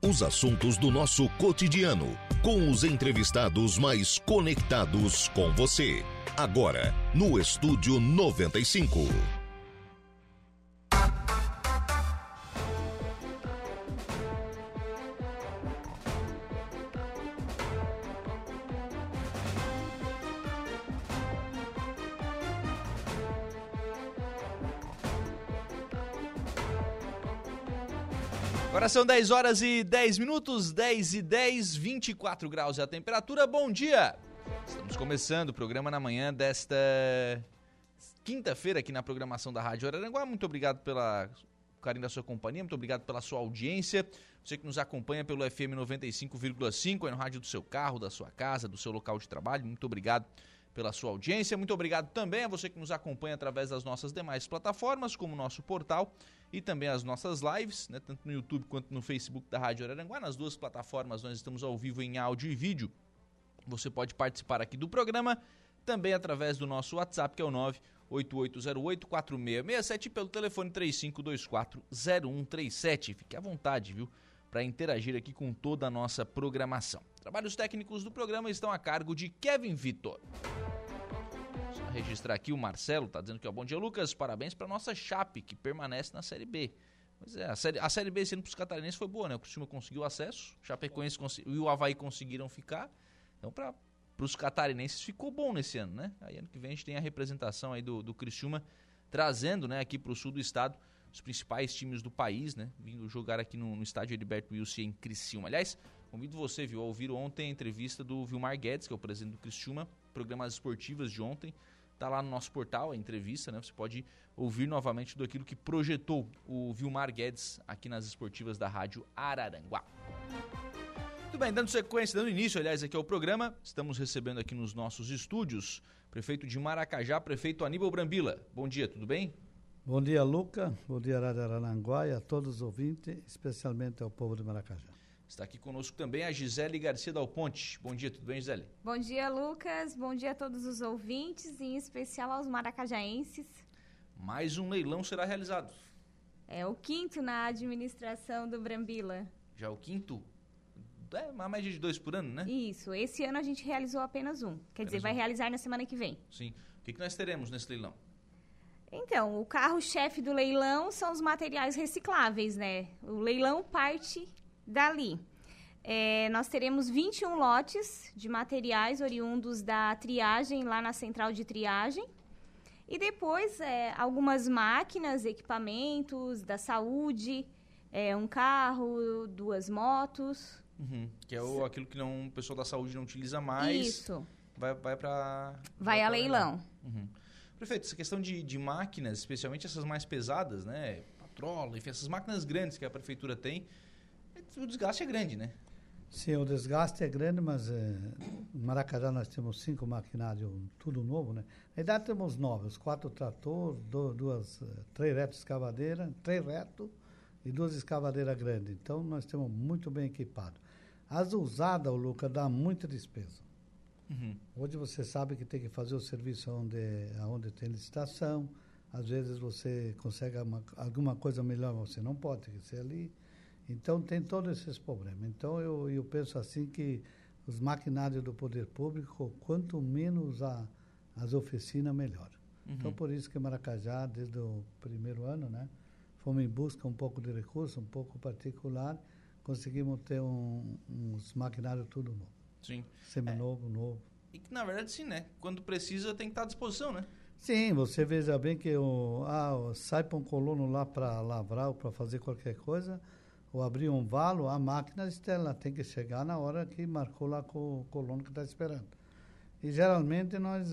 Os assuntos do nosso cotidiano, com os entrevistados mais conectados com você. Agora, no Estúdio 95. Agora são 10 horas e 10 minutos, 10 e 10, 24 graus é a temperatura. Bom dia! Estamos começando o programa na manhã desta quinta-feira aqui na programação da Rádio Araranguá. Muito obrigado pelo carinho da sua companhia, muito obrigado pela sua audiência. Você que nos acompanha pelo FM 95,5, aí no rádio do seu carro, da sua casa, do seu local de trabalho, muito obrigado pela sua audiência. Muito obrigado também a você que nos acompanha através das nossas demais plataformas, como o nosso portal e também as nossas lives, né, tanto no YouTube quanto no Facebook da Rádio Araranguá. Nas duas plataformas nós estamos ao vivo em áudio e vídeo. Você pode participar aqui do programa também através do nosso WhatsApp, que é o 98808-4667, e pelo telefone 3524-0137. Fique à vontade, viu, para interagir aqui com toda a nossa programação. Trabalhos técnicos do programa estão a cargo de Kevin Vitor. Só registrar aqui, o Marcelo está dizendo que é bom dia, Lucas, parabéns para nossa Chape, que permanece na Série B. Pois é, a Série B esse ano para os catarinenses foi boa, né? O Criciúma conseguiu acesso, o Chapecoense e o Avaí conseguiram ficar. Então, para os catarinenses ficou bom nesse ano, né? Aí ano que vem a gente tem a representação aí do Criciúma trazendo, né, aqui para o sul do estado os principais times do país, né? Vindo jogar aqui no estádio Heriberto Wilson em Criciúma. Aliás, convido você, viu, a ouvir ontem a entrevista do Vilmar Guedes, que é o presidente do Criciúma, programas esportivas de ontem. Tá lá no nosso portal a entrevista, né? Você pode ouvir novamente tudo aquilo que projetou o Vilmar Guedes aqui nas esportivas da Rádio Araranguá. Muito bem, dando sequência, dando início, aliás, aqui ao programa, estamos recebendo aqui nos nossos estúdios prefeito de Maracajá, prefeito Aníbal Brambila. Bom dia, tudo bem? Bom dia, Luca. Bom dia, Rádio Araranguá, e a todos os ouvintes, especialmente ao povo de Maracajá. Está aqui conosco também a Gisele Garcia Dal Ponte. Bom dia, tudo bem, Gisele? Bom dia, Lucas. Bom dia a todos os ouvintes, e em especial aos maracajaenses. Mais um leilão será realizado. É o quinto na administração do Brambila. Já o quinto? É uma média de 2 por ano, né? Isso. Esse ano a gente realizou apenas um. Quer dizer, vai realizar na semana que vem. Sim. O que nós teremos nesse leilão? Então, o carro-chefe do leilão são os materiais recicláveis, né? O leilão parte dali. Nós teremos 21 lotes de materiais oriundos da triagem lá na central de triagem. E depois, algumas máquinas, equipamentos da saúde, um carro, 2 motos. Uhum, que é aquilo que o pessoal da saúde não utiliza mais. Isso. Vai a leilão. Uhum. Prefeito, essa questão de máquinas, especialmente essas mais pesadas, né? Patrola, enfim, essas máquinas grandes que a prefeitura tem, o desgaste é grande, né? Sim, o desgaste é grande, mas em Maracajá nós temos 5 maquinários, tudo novo, né? Na verdade temos 9, 4 tratores, 3 retos escavadeiras, 3 retos e 2 escavadeiras grandes. Então nós temos muito bem equipado. As usadas, Luca, dá muita despesa. Uhum. Hoje você sabe que tem que fazer o serviço onde tem licitação. Às vezes você consegue alguma coisa melhor, mas você não pode, tem que ser ali. Então tem todos esses problemas. Então eu penso assim que os maquinários do poder público, quanto menos as oficinas, melhor. Uhum. Então por isso que Maracajá, desde o primeiro ano, né, fomos em busca um pouco de recurso, um pouco particular, conseguimos ter uns maquinários tudo novo. Sim. Seminovo, novo. E que na verdade sim, né? Quando precisa tem que estar à disposição, né? Sim, você veja bem que sai para um colono lá para lavrar ou para fazer qualquer coisa, ou abrir um valo, a máquina ela tem que chegar na hora que marcou lá com o colono que está esperando. E geralmente nós,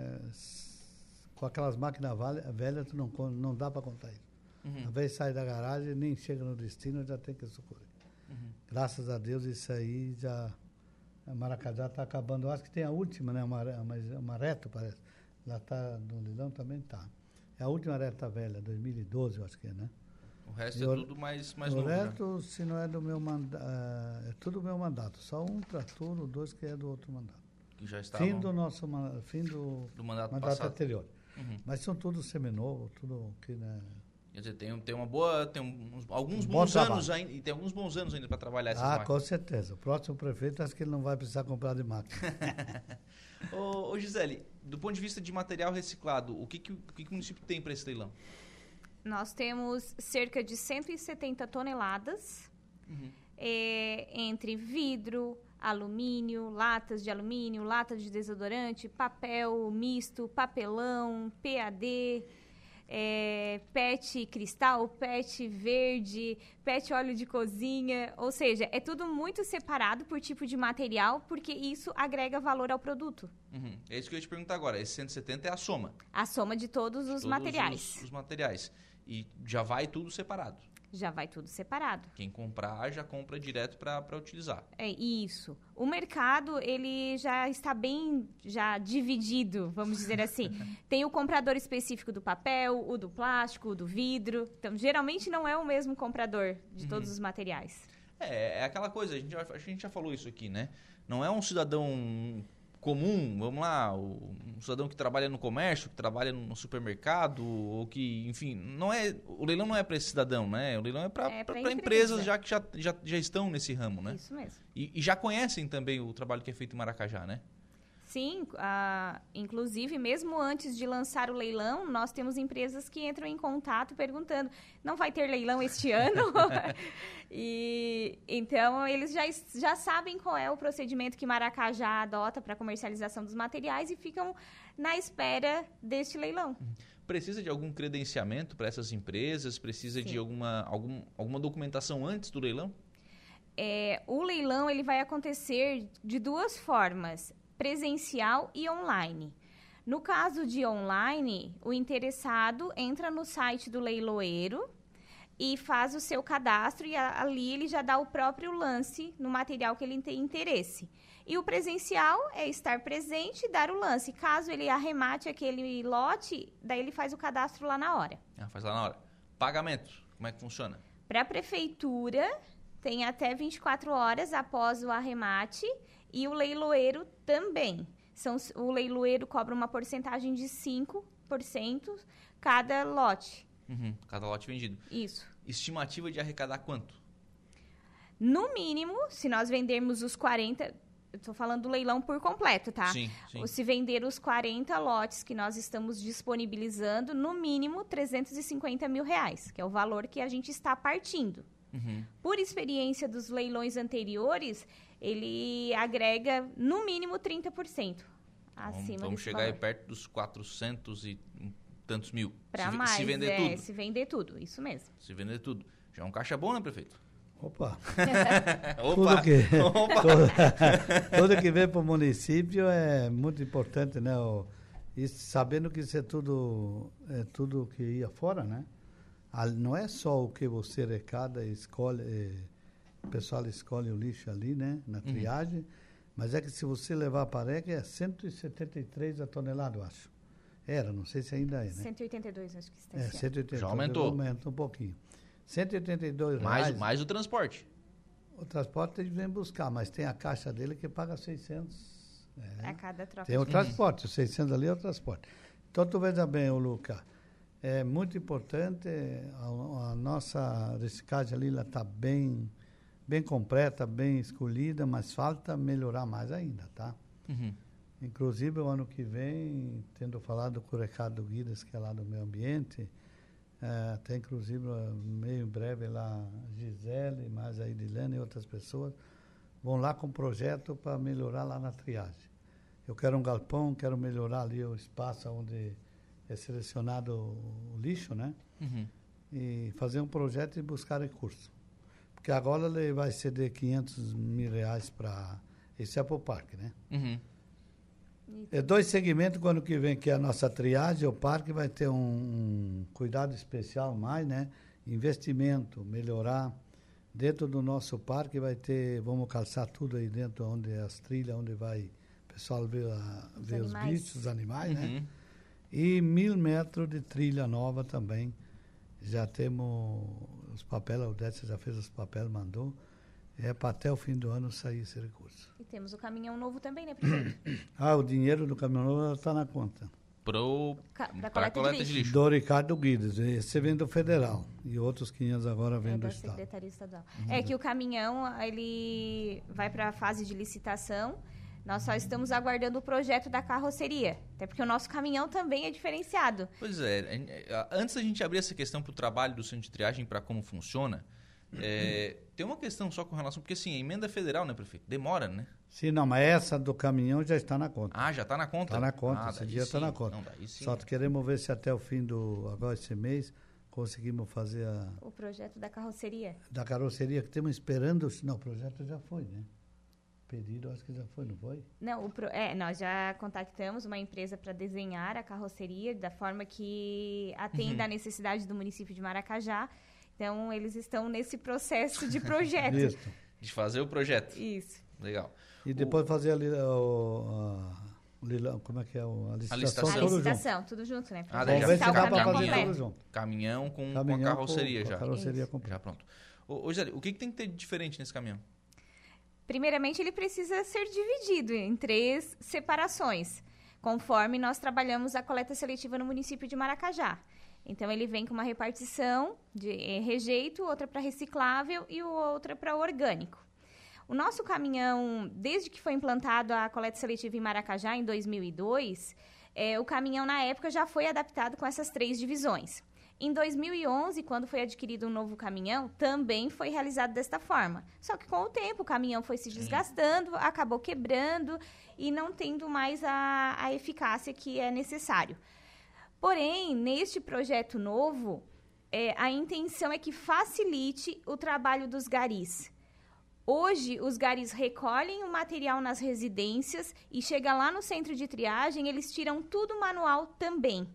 com aquelas máquinas velhas, não dá para contar isso. Uhum. Às vezes sai da garagem, nem chega no destino, já tem que socorrer. Uhum. Graças a Deus isso aí já... A Maracajá está acabando. Eu acho que tem a última, né? Uma reta, parece. Lá está no leilão, também está. É a última reta velha, 2012, eu acho que é, né? O resto é tudo mais novo. O resto, se não é do meu mandato, é tudo meu mandato. Só um trator ou 2 que é do outro mandato. Que já estavam... Fim do mandato mandato anterior. Uhum. Mas são todos seminovos, tudo que, né? Quer dizer, tem uma boa, alguns Um bons bom anos trabalho. ainda, e tem alguns bons anos ainda para trabalhar essas Ah, máquinas. com certeza. O próximo prefeito, acho que ele não vai precisar comprar de máquina. Ô Gisele, do ponto de vista de material reciclado, o que o município tem para esse leilão? Nós temos cerca de 170 toneladas, entre vidro, alumínio, latas de alumínio, lata de desodorante, papel misto, papelão, PAD, PET cristal, PET verde, PET óleo de cozinha, ou seja, é tudo muito separado por tipo de material, porque isso agrega valor ao produto. É isso que eu ia te perguntar agora, esse 170 é a soma? A soma de todos os materiais. Os materiais. E já vai tudo separado? Já vai tudo separado. Quem comprar, já compra direto para utilizar. É isso. O mercado, ele já está bem dividido, vamos dizer assim. Tem o comprador específico do papel, o do plástico, o do vidro. Então, geralmente não é o mesmo comprador de todos os materiais. É aquela coisa, a gente já falou isso aqui, né? Não é um cidadão comum, vamos lá, um cidadão que trabalha no comércio, que trabalha no supermercado, ou que, enfim, o leilão não é para esse cidadão, né? O leilão é para empresas que já estão nesse ramo, né? Isso mesmo. E já conhecem também o trabalho que é feito em Maracajá, né? Sim, inclusive, mesmo antes de lançar o leilão, nós temos empresas que entram em contato perguntando, não vai ter leilão este ano? E então, eles já sabem qual é o procedimento que Maracajá adota para comercialização dos materiais e ficam na espera deste leilão. Precisa de algum credenciamento para essas empresas? Precisa Sim. de alguma documentação antes do leilão? O leilão ele vai acontecer de duas formas, presencial e online. No caso de online, o interessado entra no site do leiloeiro e faz o seu cadastro e ali ele já dá o próprio lance no material que ele tem interesse. E o presencial é estar presente e dar o lance. Caso ele arremate aquele lote, daí ele faz o cadastro lá na hora. Faz lá na hora. Pagamento, como é que funciona? Para a prefeitura, tem até 24 horas após o arremate e o leiloeiro também. O leiloeiro cobra uma porcentagem de 5% cada lote. Cada lote vendido. Isso. Estimativa de arrecadar quanto? No mínimo, se nós vendermos os 40... Eu estou falando do leilão por completo, tá? Sim. Se vender os 40 lotes que nós estamos disponibilizando, no mínimo R$350 mil, que é o valor que a gente está partindo. Por experiência dos leilões anteriores, ele agrega no mínimo 30% acima Vamos desse chegar valor. aí perto dos 400 e tantos mil. Para mais, se vender tudo. Se vender tudo, isso mesmo. Se vender tudo. Já é um caixa bom, né, prefeito? Opa! Opa! Tudo que vem para o município é muito importante, né? E sabendo que isso é tudo que ia fora, né? Não é só o que você arrecada e escolhe, o pessoal escolhe o lixo ali, né? Na triagem, mas é que se você levar a Pareca é 173 a tonelada, eu acho. Não sei se ainda é, né? 182, acho que está. 182. Já aumentou. Aumenta um pouquinho. R$182. Mais o transporte. O transporte eles vêm buscar, mas tem a caixa dele que paga 600. A cada troca. Tem o transporte, os 600 ali é o transporte. Então, tu veja bem, Luca, é muito importante, a nossa reciclagem ali está bem completa, bem escolhida, mas falta melhorar mais ainda, tá? Inclusive, o ano que vem, tendo falado com o Ricardo Guidas, que é lá do meio ambiente, até inclusive meio em breve lá Gisele, mais a Edilene e outras pessoas vão lá com um projeto para melhorar lá na triagem. Eu quero um galpão, quero melhorar ali o espaço onde é selecionado o lixo, né? E fazer um projeto e buscar recursos. Porque agora ele vai ceder R$500 mil para... Esse é para o parque, né? É 2 segmentos quando que vem, que é a nossa triagem, o parque vai ter um cuidado especial mais, né? Investimento, melhorar. Dentro do nosso parque vai ter, vamos calçar tudo aí dentro, onde as trilhas, onde vai o pessoal ver os bichos, os animais, né? E 1.000 metros de trilha nova também. Já temos os papéis, a Odete já fez os papéis, mandou. Para até o fim do ano sair esse recurso. E temos o caminhão novo também, né, prefeito? O dinheiro do caminhão novo está na conta. para coleta de lixo. Do Ricardo Guides, esse vem do Federal e outros 500 agora vêm do Estado. Secretaria Estadual. É que o caminhão, ele vai para a fase de licitação, nós só estamos aguardando o projeto da carroceria, até porque o nosso caminhão também é diferenciado. Pois é, antes da gente abrir essa questão para o trabalho do centro de triagem, para como funciona, tem uma questão só com relação, porque assim, a emenda federal, né, prefeito? Demora, né? Sim, não, mas essa do caminhão já está na conta. Ah, já está na conta? Está na conta, esse dia está na conta. Não, só queremos ver se até o fim agora esse mês, conseguimos fazer o projeto da carroceria. Da carroceria, que estamos esperando. Não, o projeto já foi, né? Pedido, acho que já foi, não foi? Não, nós já contactamos uma empresa para desenhar a carroceria da forma que atenda à necessidade do município de Maracajá. Então, eles estão nesse processo de projeto. Isso. De fazer o projeto. Isso. Legal. E depois fazer como é que é a licitação? A licitação, tudo junto, né? Daí já fica fica caminhão, caminhão com a carroceria já. Carroceria já pronto. Ô, Gisele, o que tem que ter de diferente nesse caminhão? Primeiramente, ele precisa ser dividido em 3 separações, conforme nós trabalhamos a coleta seletiva no município de Maracajá. Então, ele vem com uma repartição de rejeito, outra para reciclável e outra para orgânico. O nosso caminhão, desde que foi implantado a coleta seletiva em Maracajá, em 2002, o caminhão, na época, já foi adaptado com essas 3 divisões. Em 2011, quando foi adquirido um novo caminhão, também foi realizado desta forma. Só que com o tempo o caminhão foi se desgastando, acabou quebrando e não tendo mais a eficácia que é necessário. Porém, neste projeto novo, a intenção é que facilite o trabalho dos garis. Hoje, os garis recolhem o material nas residências e chega lá no centro de triagem, eles tiram tudo manual também.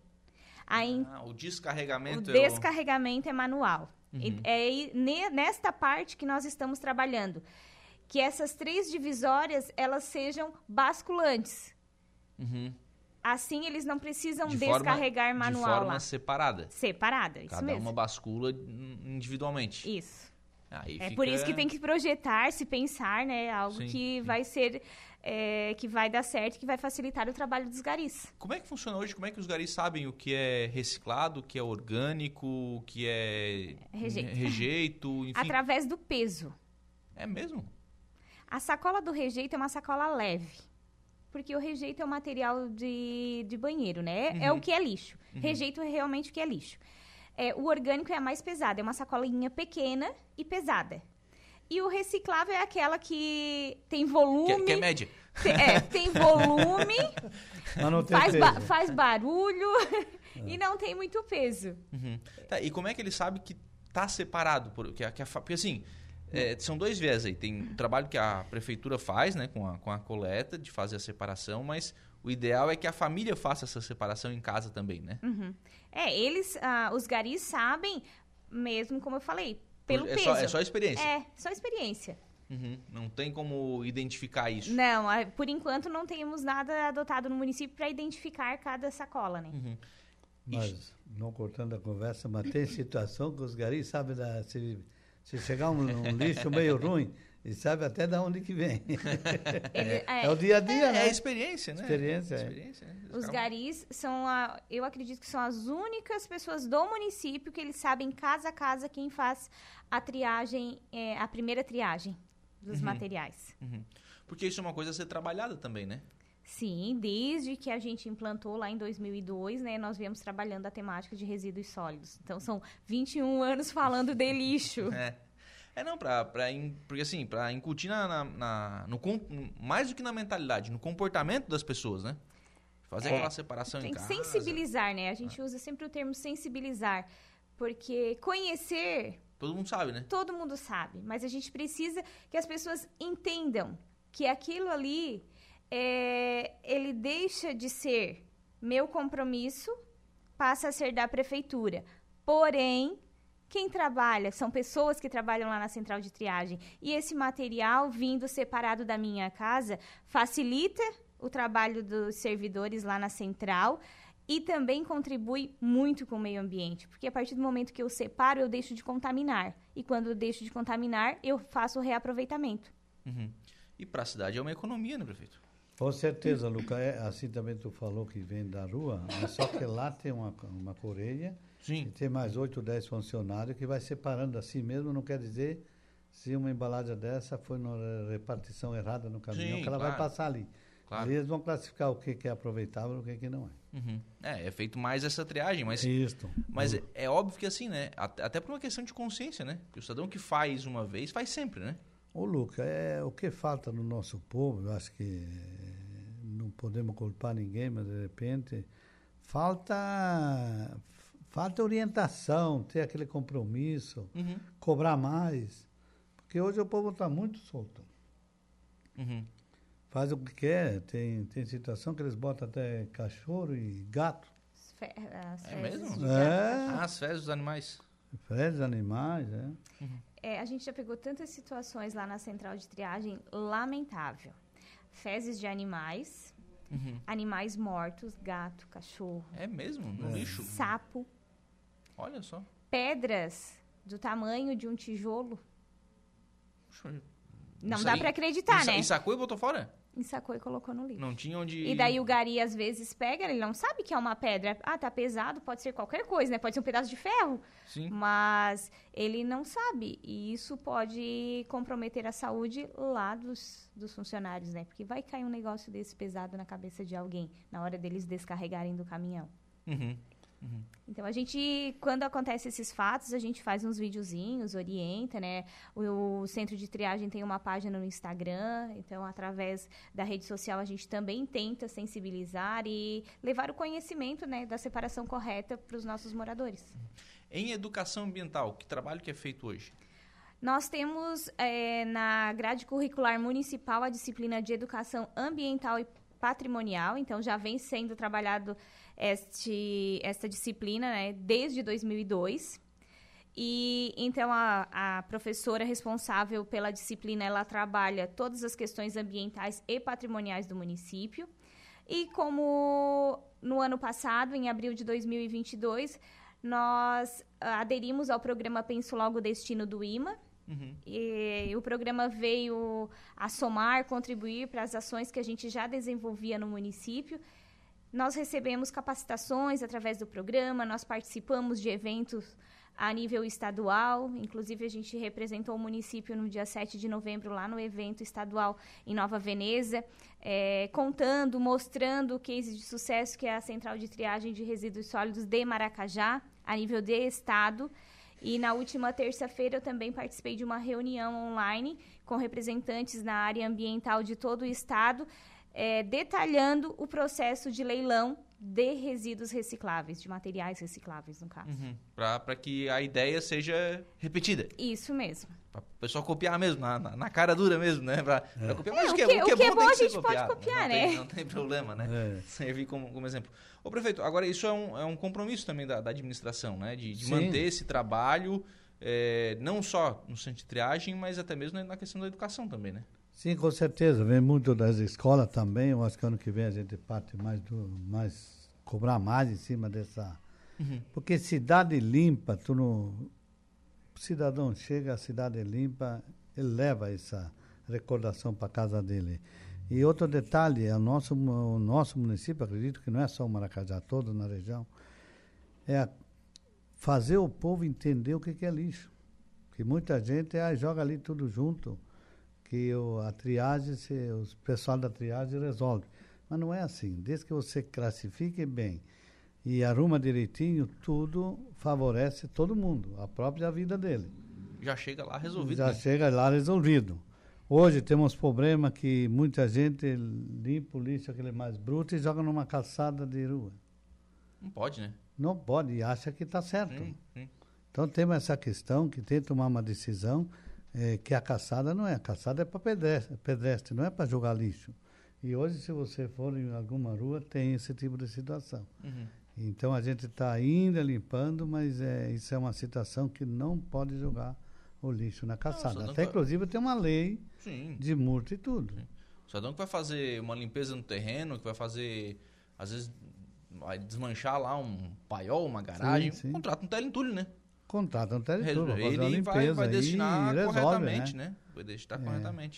O descarregamento descarregamento é manual. Uhum. É nesta parte que nós estamos trabalhando. Que essas 3 divisórias, elas sejam basculantes. Uhum. Assim, eles não precisam descarregar manual lá. De forma separada. Separada, isso mesmo. Cada uma bascula individualmente. Isso. Aí por isso que tem que projetar, se pensar, né? Algo que vai ser... que vai dar certo, que vai facilitar o trabalho dos garis. Como é que funciona hoje? Como é que os garis sabem o que é reciclado, o que é orgânico, o que é rejeito, enfim? Através do peso. É mesmo? A sacola do rejeito é uma sacola leve, porque o rejeito é um material de banheiro, né? É o que é lixo. Rejeito é realmente o que é lixo. O orgânico é a mais pesada, é uma sacolinha pequena e pesada. E o reciclável é aquela que tem volume... Que é média. Tem volume, mas não tem faz barulho e não tem muito peso. Uhum. Tá, e como é que ele sabe que está separado? Porque assim, são 2 viés aí. Tem o trabalho que a prefeitura faz, né, com a coleta, de fazer a separação, mas o ideal é que a família faça essa separação em casa também, né? Uhum. Os garis sabem, mesmo como eu falei, pelo peso. É só experiência? Só experiência. Uhum. Não tem como identificar isso? Não, por enquanto não temos nada adotado no município para identificar cada sacola, né? Uhum. Mas, não cortando a conversa, mas tem situação que os garis sabem, se chegar um lixo meio ruim, eles sabem até de onde que vem. É o dia a dia, né? É a experiência, né? Experiência. Os garis são, eu acredito que são as únicas pessoas do município que eles sabem casa a casa quem faz a triagem, a primeira triagem dos materiais. Uhum. Porque isso é uma coisa a ser trabalhada também, né? Sim, desde que a gente implantou lá em 2002, né, nós viemos trabalhando a temática de resíduos sólidos. Então, são 21 anos falando de lixo. Porque assim, para incutir mais do que na mentalidade, no comportamento das pessoas, né? Fazer aquela separação em casa. Tem que sensibilizar, né? A gente usa sempre o termo sensibilizar, porque conhecer... Todo mundo sabe, né? Todo mundo sabe, mas a gente precisa que as pessoas entendam que aquilo ali, ele deixa de ser meu compromisso, passa a ser da prefeitura. Porém, quem trabalha, são pessoas que trabalham lá na central de triagem, e esse material vindo separado da minha casa facilita o trabalho dos servidores lá na central e também contribui muito com o meio ambiente, porque a partir do momento que eu separo, eu deixo de contaminar. E quando eu deixo de contaminar, eu faço o reaproveitamento. Uhum. E para a cidade é uma economia, né, prefeito? Com certeza, Luca. Assim também tu falou que vem da rua, mas só que lá tem uma correia. Sim. E tem mais 8 ou 10 funcionários que vai separando assim mesmo, não quer dizer se uma embalagem dessa foi na repartição errada no caminhão, Sim, que ela claro. vai passar ali. Claro. Aí eles vão classificar o que é aproveitável e o que não é. Uhum. É feito mais essa triagem, mas... Isso. Mas é óbvio que assim, né? Até por uma questão de consciência, né? Que o cidadão que faz uma vez, faz sempre, né? Ô, Luca, o que falta no nosso povo, eu acho que não podemos culpar ninguém, mas de repente falta orientação, ter aquele compromisso, cobrar mais. Porque hoje o povo está muito solto. Uhum. Faz o que quer, tem situação que eles botam até cachorro e gato. É mesmo? As fezes dos animais. Fezes, animais, A gente já pegou tantas situações lá na central de triagem, lamentável. Fezes de animais, animais mortos, gato, cachorro. É mesmo? No lixo? Sapo. Olha só. Pedras do tamanho de um tijolo. Não Isso dá aí- pra acreditar, né? Ensacou e botou fora? Ensacou e colocou no lixo. Não tinha onde... E daí o gari às vezes pega, ele não sabe que é uma pedra. Ah, tá pesado, pode ser qualquer coisa, né? Pode ser um pedaço de ferro. Sim. Mas ele não sabe. E isso pode comprometer a saúde lá dos funcionários, né? Porque vai cair um negócio desse pesado na cabeça de alguém na hora deles descarregarem do caminhão. Uhum. Então, a gente, quando acontece esses fatos, a gente faz uns videozinhos, orienta, né? O Centro de Triagem tem uma página no Instagram, então, através da rede social, a gente também tenta sensibilizar e levar o conhecimento, né, da separação correta para os nossos moradores. Em educação ambiental, que trabalho que é feito hoje? Nós temos na grade curricular municipal a disciplina de educação ambiental e patrimonial, então já vem sendo trabalhado esta disciplina, né, desde 2002. E então a professora responsável pela disciplina, ela trabalha todas as questões ambientais e patrimoniais do município. E como no ano passado, em abril de 2022, nós aderimos ao programa Penso Logo Destino do IMA. E o programa veio a somar, contribuir para as ações que a gente já desenvolvia no município. Nós recebemos capacitações através do programa, nós participamos de eventos a nível estadual, inclusive a gente representou o município no dia 7 de novembro lá no evento estadual em Nova Veneza, contando, mostrando o case de sucesso que é a Central de Triagem de Resíduos Sólidos de Maracajá, a nível de estado. E na última terça-feira eu também participei de uma reunião online com representantes na área ambiental de todo o estado, detalhando o processo de leilão de resíduos recicláveis, de materiais recicláveis, no caso. Para que a ideia seja repetida. Isso mesmo. Para o pessoal copiar mesmo, na cara dura mesmo, né? Pra copiar. Mas o que é bom tem a que ser gente pode copiar, né? Não tem problema, né? Servir como exemplo. Ô, prefeito, agora isso é um compromisso também da administração, né? De manter esse trabalho, não só no centro de triagem, mas até mesmo na questão da educação também, né? Sim, com certeza. Vem muito das escolas também. Eu acho que ano que vem a gente parte cobrar mais em cima dessa... Porque cidade limpa, o cidadão chega, a cidade limpa, ele leva essa recordação para casa dele. E outro detalhe, o nosso município, acredito que não é só o Maracajá, todo na região, fazer o povo entender o que é lixo. Que muita gente joga ali tudo junto, que a triagem, o pessoal da triagem resolve. Mas não é assim. Desde que você classifique bem e arruma direitinho, tudo favorece todo mundo, a própria vida dele. Já chega lá resolvido. Já chega lá resolvido. Hoje temos problema que muita gente limpa o lixo, aquele mais bruto, e joga numa calçada de rua. Não pode, né? Não pode, e acha que está certo. Sim. Então temos essa questão que tem que tomar uma decisão, que a calçada não é. A calçada é para pedestre, não é para jogar lixo. E hoje, se você for em alguma rua, tem esse tipo de situação. Então a gente está ainda limpando, mas isso é uma situação que não pode jogar o lixo na calçada. Até inclusive tem uma lei de multa e tudo. O cidadão que vai fazer uma limpeza no terreno, que vai fazer, às vezes, vai desmanchar lá um paiol, uma garagem, contrata um teleentulho, né? Contrata um teleentulho, ele vai destinar corretamente, né? Vai destinar corretamente.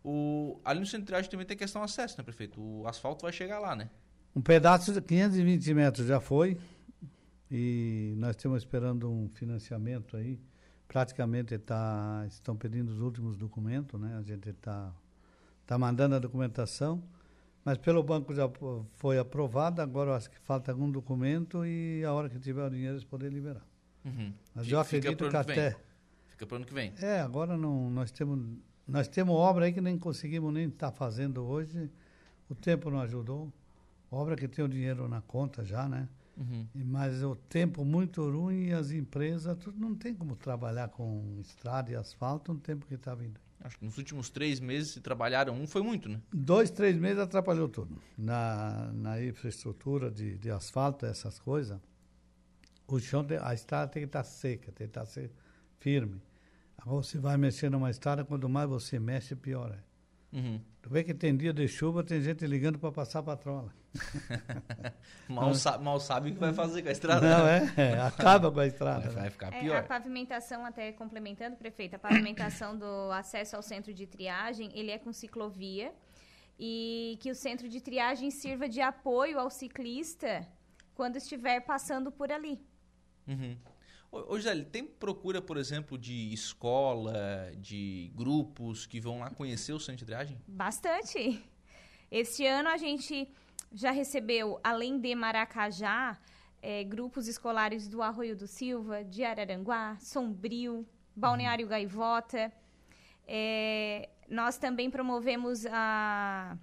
Ali no centro de triagem também tem questão de acesso, né, prefeito? O asfalto vai chegar lá, né? Um pedaço de 520 metros já foi e nós estamos esperando um financiamento aí. Praticamente estão pedindo os últimos documentos, né? A gente está mandando a documentação, mas pelo banco já foi aprovado, agora eu acho que falta algum documento e a hora que tiver o dinheiro eles podem liberar. Mas eu acredito que até... Fica para o ano que vem. Agora não, nós temos obra aí que nem conseguimos nem estar fazendo hoje, o tempo não ajudou, obra que tem o dinheiro na conta já, né? Mas o tempo muito ruim e as empresas, tudo não tem como trabalhar com estrada e asfalto no tempo que está vindo. Acho que nos últimos 3 meses, se trabalharam foi muito, né? 2, 3 meses atrapalhou tudo. Na infraestrutura de asfalto, essas coisas, o chão, a estrada tem que estar seca, tem que estar firme. Agora você vai mexer numa estrada, quanto mais você mexe, pior é. Tu vê que tem dia de chuva, tem gente ligando para passar patrola. Mal sabe o que vai fazer com a estrada. Não, acaba com a estrada. Vai ficar pior. A pavimentação, até complementando, prefeito, a pavimentação do acesso ao centro de triagem, ele é com ciclovia e que o centro de triagem sirva de apoio ao ciclista quando estiver passando por ali. Ô Gisele, tem procura, por exemplo, de escola, de grupos que vão lá conhecer o centro de triagem? Bastante. Este ano a gente já recebeu, além de Maracajá, grupos escolares do Arroio do Silva, de Araranguá, Sombrio, Balneário Gaivota. Nós também promovemos a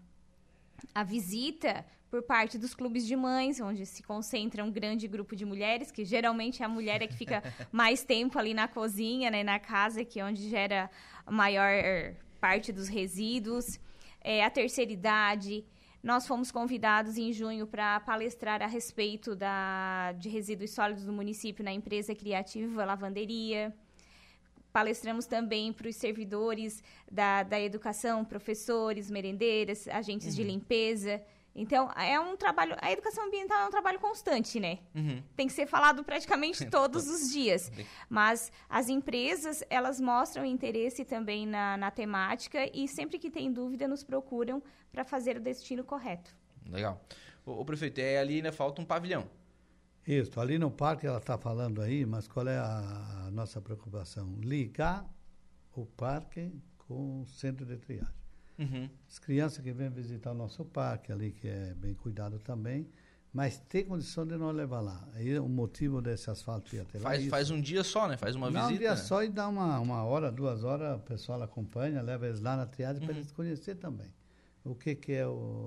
visita por parte dos clubes de mães, onde se concentra um grande grupo de mulheres, que geralmente a mulher é que fica mais tempo ali na cozinha, né, na casa, que é onde gera a maior parte dos resíduos. A terceira idade. Nós fomos convidados em junho para palestrar a respeito de resíduos sólidos do município na empresa Criativa Lavanderia. Palestramos também para os servidores da educação, professores, merendeiras, agentes de limpeza. Então, é um trabalho... A educação ambiental é um trabalho constante, né? Tem que ser falado praticamente todos os dias. Mas as empresas, elas mostram interesse também na temática e sempre que tem dúvida, nos procuram para fazer o destino correto. Legal. Ô prefeito, ali ainda falta um pavilhão. Isso, ali no parque ela está falando aí, mas qual é a nossa preocupação? Ligar o parque com o centro de triagem. As crianças que vêm visitar o nosso parque ali, que é bem cuidado também, mas ter condição de não levar lá. Aí o motivo desse asfalto ia ter lá. Faz um dia só, né? Faz uma visita. Um dia só e dá uma hora, 2 horas, o pessoal acompanha, leva eles lá na triagem para eles conhecer também. O que é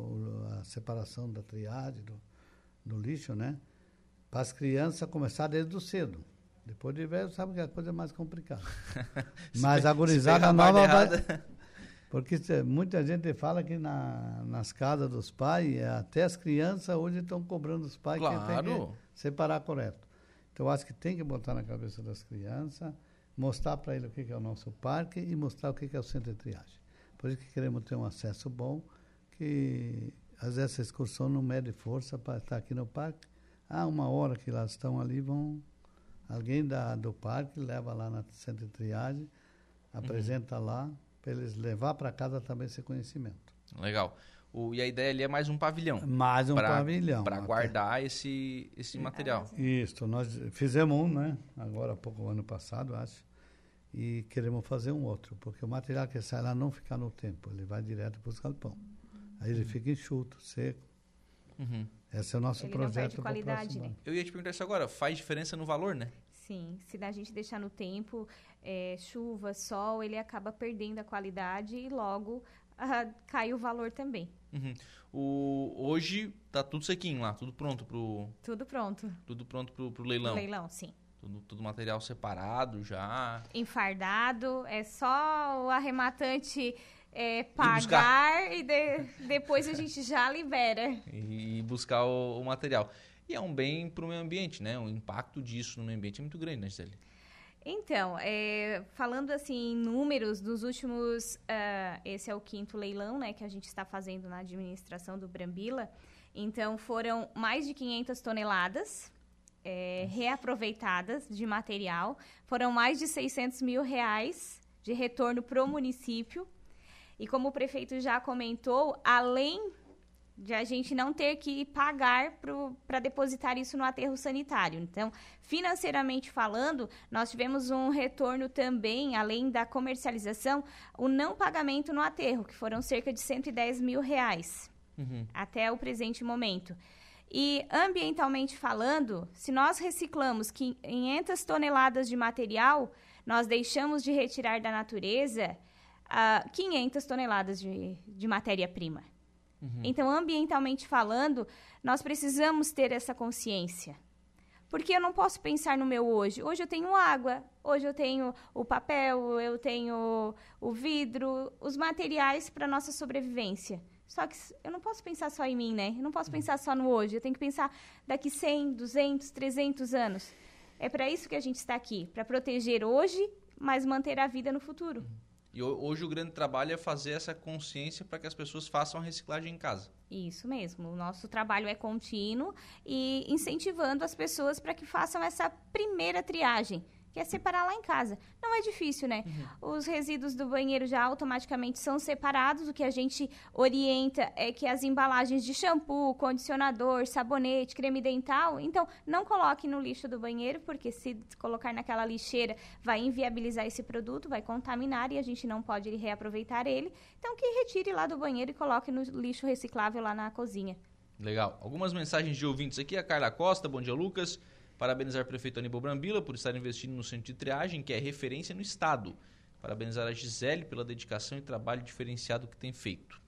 a separação da triagem, do lixo, né? Para as crianças começar desde cedo. Depois de velho, sabe que a coisa é mais complicada. Mas a gurizada nova vai... Porque muita gente fala que nas casas dos pais, até as crianças hoje estão cobrando os pais que tem que separar correto. Então, eu acho que tem que botar na cabeça das crianças, mostrar para ele o que é o nosso parque e mostrar o que é o centro de triagem. Por isso que queremos ter um acesso bom, que às vezes essa excursão não mede força para estar aqui no parque. 1 hora que elas estão ali, alguém do parque leva lá no centro de triagem, apresenta lá, para eles levar para casa também esse conhecimento. Legal. E a ideia ali é mais um pavilhão. Mais um pavilhão. Para guardar esse material. Isso, nós fizemos um, né? Agora há pouco, ano passado, acho. E queremos fazer um outro, porque o material que sai lá não fica no tempo, ele vai direto para os galpões. Aí ele fica enxuto, seco. Esse é o nosso projeto para o próximo ano. Eu ia te perguntar isso agora, faz diferença no valor, né? Sim, se a gente deixar no tempo, chuva, sol, ele acaba perdendo a qualidade e logo cai o valor também. Hoje tá tudo sequinho lá, tudo pronto Tudo pronto. Tudo pronto pro leilão. Leilão, sim. Tudo material separado já. Enfardado, é só o arrematante pagar e depois a gente já libera. E buscar o material. E é um bem para o meio ambiente, né? O impacto disso no meio ambiente é muito grande, né, Gisele? Então, falando assim em números, dos últimos... esse é o 5º leilão, né, que a gente está fazendo na administração do Brambila. Então, foram mais de 500 toneladas reaproveitadas de material. Foram mais de R$600 mil de retorno para o município. E como o prefeito já comentou, além de a gente não ter que pagar para depositar isso no aterro sanitário. Então, financeiramente falando, nós tivemos um retorno também, além da comercialização, o não pagamento no aterro, que foram cerca de R$110 mil até o presente momento. E, ambientalmente falando, se nós reciclamos 500 toneladas de material, nós deixamos de retirar da natureza 500 toneladas de matéria-prima. Então, ambientalmente falando, nós precisamos ter essa consciência. Porque eu não posso pensar no meu hoje. Hoje eu tenho água, hoje eu tenho o papel, eu tenho o vidro, os materiais para a nossa sobrevivência. Só que eu não posso pensar só em mim, né? Eu não posso pensar só no hoje. Eu tenho que pensar daqui 100, 200, 300 anos. É para isso que a gente está aqui, para proteger hoje, mas manter a vida no futuro. E hoje o grande trabalho é fazer essa consciência para que as pessoas façam a reciclagem em casa. Isso mesmo. O nosso trabalho é contínuo e incentivando as pessoas para que façam essa primeira triagem, que é separar lá em casa. Não é difícil, né? Os resíduos do banheiro já automaticamente são separados. O que a gente orienta é que as embalagens de shampoo, condicionador, sabonete, creme dental, então não coloque no lixo do banheiro, porque se colocar naquela lixeira vai inviabilizar esse produto, vai contaminar e a gente não pode reaproveitar ele. Então que retire lá do banheiro e coloque no lixo reciclável lá na cozinha. Legal. Algumas mensagens de ouvintes aqui. A Carla Costa, bom dia, Lucas. Parabenizar o prefeito Aníbal Brambila por estar investindo no centro de triagem, que é referência no estado. Parabenizar a Gisele pela dedicação e trabalho diferenciado que tem feito.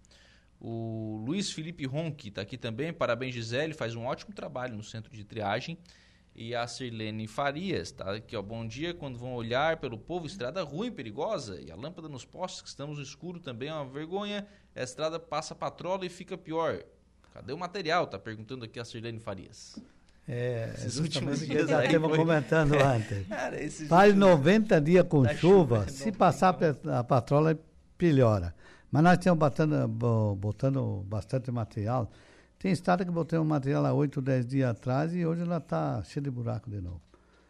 O Luiz Felipe Ronque está aqui também. Parabéns, Gisele, faz um ótimo trabalho no centro de triagem. E a Sirlene Farias está aqui, ó. Bom dia, quando vão olhar pelo povo, estrada ruim, perigosa. E a lâmpada nos postes, que estamos no escuro, também é uma vergonha. A estrada passa patrola e fica pior. Cadê o material? Está perguntando aqui a Sirlene Farias. Justamente que já estamos comentando antes. Cara, faz 90 dias com chuva, se passar a patrola, piora. Mas nós estamos botando bastante material. Tem estado que botei um material há 8, 10 dias atrás e hoje ela está cheia de buraco de novo.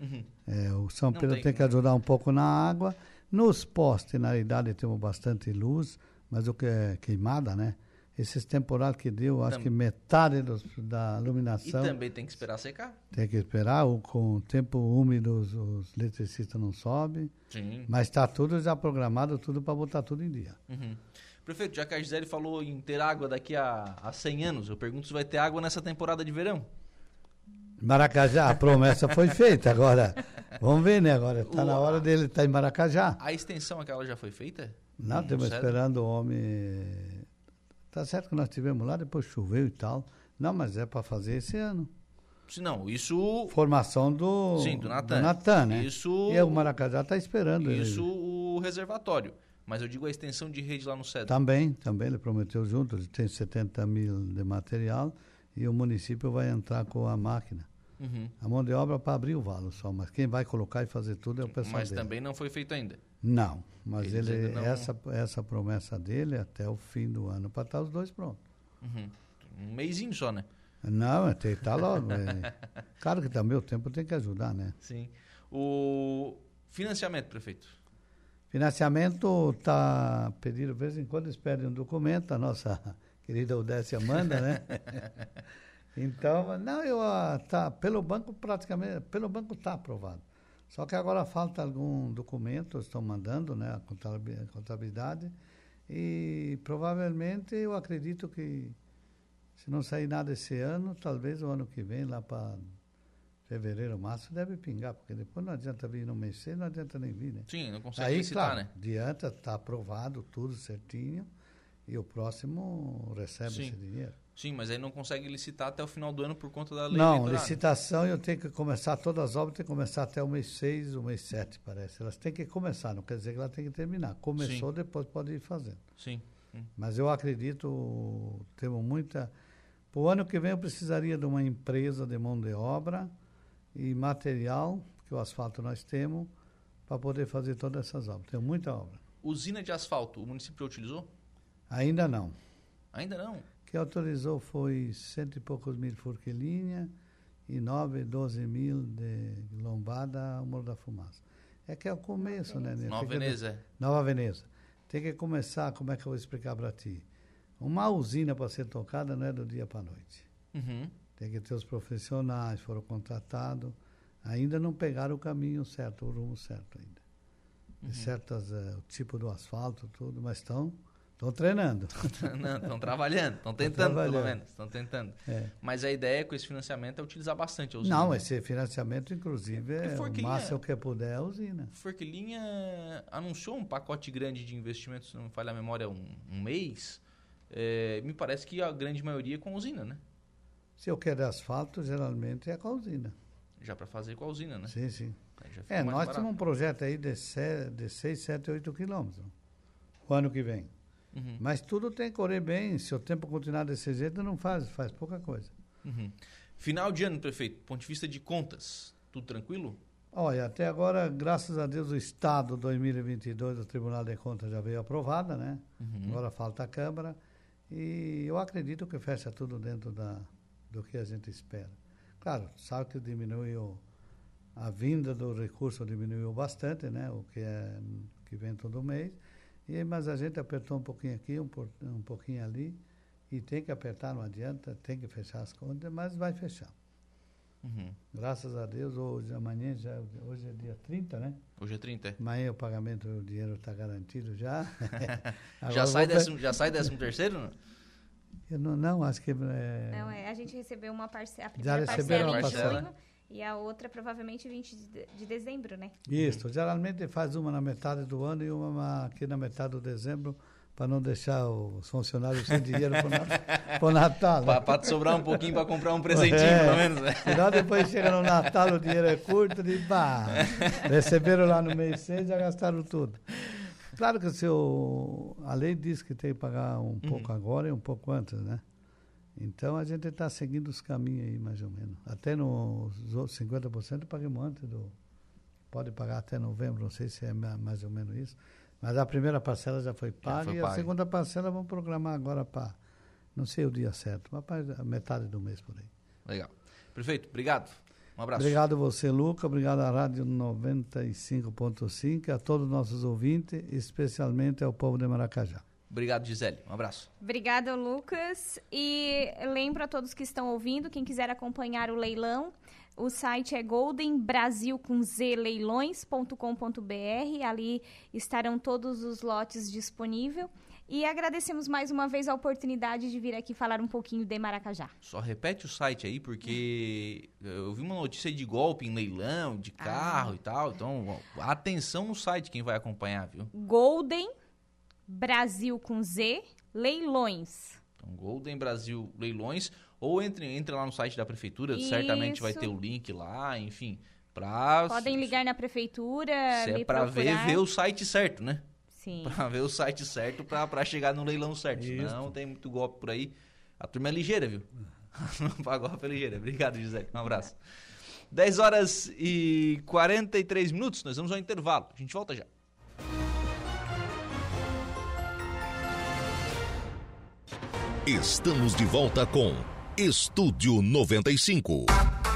O São Pedro tem que ajudar um pouco na água. Nos postes, na realidade, temos bastante luz, mas o que é queimada, né? Esses temporais que deu, acho que metade da iluminação... E também tem que esperar secar. Tem que esperar, com o tempo úmido os eletricistas não sobem. Sim. Mas está tudo já programado, tudo para botar tudo em dia. Prefeito, já que a Gisele falou em ter água daqui a 100 anos, eu pergunto se vai ter água nessa temporada de verão. Maracajá, a promessa foi feita, agora vamos ver, né? Agora está na hora dele estar em Maracajá. A extensão aquela já foi feita? Não, estamos esperando o homem... Tá certo que nós tivemos lá, depois choveu e tal. Não, mas é para fazer esse ano. Não, isso... Formação do Natan, né? Isso... E o Maracajá está esperando. Isso o reservatório. Mas eu digo a extensão de rede lá no Cedro. Também, ele prometeu junto. Ele tem 70 mil de material e o município vai entrar com a máquina. A mão de obra para abrir o valo só, mas quem vai colocar e fazer tudo é o pessoal Mas dele. também não foi feito ainda. Não, mas essa promessa dele até o fim do ano para estar os dois prontos. Um mêsinho só, né? Não, tem que estar logo. Claro que também o tempo tem que ajudar, né? Sim. O financiamento, prefeito? Financiamento está pedido, de vez em quando eles pedem um documento, a nossa querida Odécia manda, né? Então, pelo banco está aprovado. Só que agora falta algum documento, estão mandando, né, a contabilidade, e provavelmente eu acredito que se não sair nada esse ano, talvez o ano que vem, lá para fevereiro, março, deve pingar, porque depois não adianta vir no mês 6, não adianta nem vir, né? Sim, não consegue licitar, claro, né? Adianta, está aprovado tudo certinho, e o próximo recebe esse dinheiro. Sim, mas aí não consegue licitar até o final do ano por conta da lei eleitoral. Não, licitação eu tenho que começar, todas as obras tem que começar até o mês 6, o mês 7, parece. Elas têm que começar, não quer dizer que ela tem que terminar. Começou, Sim. Depois pode ir fazendo. Sim. Mas eu acredito, temos muita... Para o ano que vem eu precisaria de uma empresa de mão de obra e material, que o asfalto nós temos, para poder fazer todas essas obras. Tem muita obra. Usina de asfalto, o município já utilizou? Ainda não. Ainda não? Que autorizou foi 100 e poucos mil Forquilinha e 12 mil de lombada ao Morro da Fumaça. É que é o começo, né? Nova Veneza. Nova Veneza. tem que começar, como é que eu vou explicar para ti? Uma usina para ser tocada não é do dia para a noite. Uhum. Tem que ter os profissionais, foram contratados, ainda não pegaram o caminho certo, o rumo certo ainda. O tipo do asfalto, tudo, mas estão treinando. Estão trabalhando, estão tentando pelo menos, estão tentando. É. Mas a ideia com esse financiamento é utilizar bastante a usina. Não, esse financiamento, inclusive, o máximo que puder é a usina. Forquilinha anunciou um pacote grande de investimentos, se não me falha a memória, um mês. Me parece que a grande maioria é com a usina, né? Se eu quero asfalto, geralmente é com a usina. Já para fazer com a usina, né? Sim, sim. Nós temos um projeto aí de 6, 7, 8 quilômetros o ano que vem. Uhum. Mas tudo tem que correr bem. Se o tempo continuar desse jeito, não faz pouca coisa. Uhum. Final de ano, prefeito, ponto de vista de contas, tudo tranquilo? Olha, até agora, graças a Deus, o Estado 2022 do Tribunal de Contas já veio aprovada, né? Uhum. Agora falta a Câmara. E eu acredito que fecha tudo dentro do que a gente espera. Claro, sabe que diminuiu, a vinda do recurso diminuiu bastante, né? O que vem todo mês. Mas a gente apertou um pouquinho aqui, um pouquinho ali, e tem que apertar, não adianta, tem que fechar as contas, mas vai fechar. Uhum. Graças a Deus, hoje é dia 30, né? Hoje é 30. Amanhã o pagamento, o dinheiro está garantido já. já sai 13º? Não, acho que... Não, a gente recebeu a primeira já receberam parcela em junho e a outra provavelmente 20 de dezembro, né? Isso, geralmente faz uma na metade do ano e uma aqui na metade do dezembro, para não deixar os funcionários sem dinheiro para o Natal. Né? Para sobrar um pouquinho para comprar um presentinho, pelo menos. Né? Senão depois chega no Natal, o dinheiro é curto, receberam lá no mês 6 e já gastaram tudo. Claro que a lei diz que tem que pagar um pouco agora e um pouco antes, né? Então a gente está seguindo os caminhos aí, mais ou menos. Até nos outros 50% pagamos antes pode pagar até novembro, não sei se é mais ou menos isso. Mas a primeira parcela já foi paga e a segunda parcela vamos programar agora para, não sei o dia certo, mas para a metade do mês por aí. Legal. Prefeito, obrigado. Um abraço. Obrigado a você, Luca. Obrigado à Rádio 95.5, a todos os nossos ouvintes, especialmente ao povo de Maracajá. Obrigado, Gisele. Um abraço. Obrigada, Lucas. E lembro a todos que estão ouvindo, quem quiser acompanhar o leilão, o site é goldenbrasilcomzleilões.com.br. Ali estarão todos os lotes disponíveis. E agradecemos mais uma vez a oportunidade de vir aqui falar um pouquinho de Maracajá. Só repete o site aí, porque eu vi uma notícia de golpe em leilão, de carro e tal. Então, atenção no site, quem vai acompanhar, viu? Golden Brasil com Z, Leilões. Então, Golden Brasil Leilões. Ou entre lá no site da prefeitura, certamente vai ter o link lá, enfim. Podem ligar na prefeitura, se é para ver o site certo, né? Sim. Para ver o site certo, para chegar no leilão certo. Não tem muito golpe por aí. A turma é ligeira, viu? A golpe é ligeira. Obrigado, Gisele. Um abraço. 10h43, nós vamos ao intervalo. A gente volta já. Estamos de volta com Estúdio 95.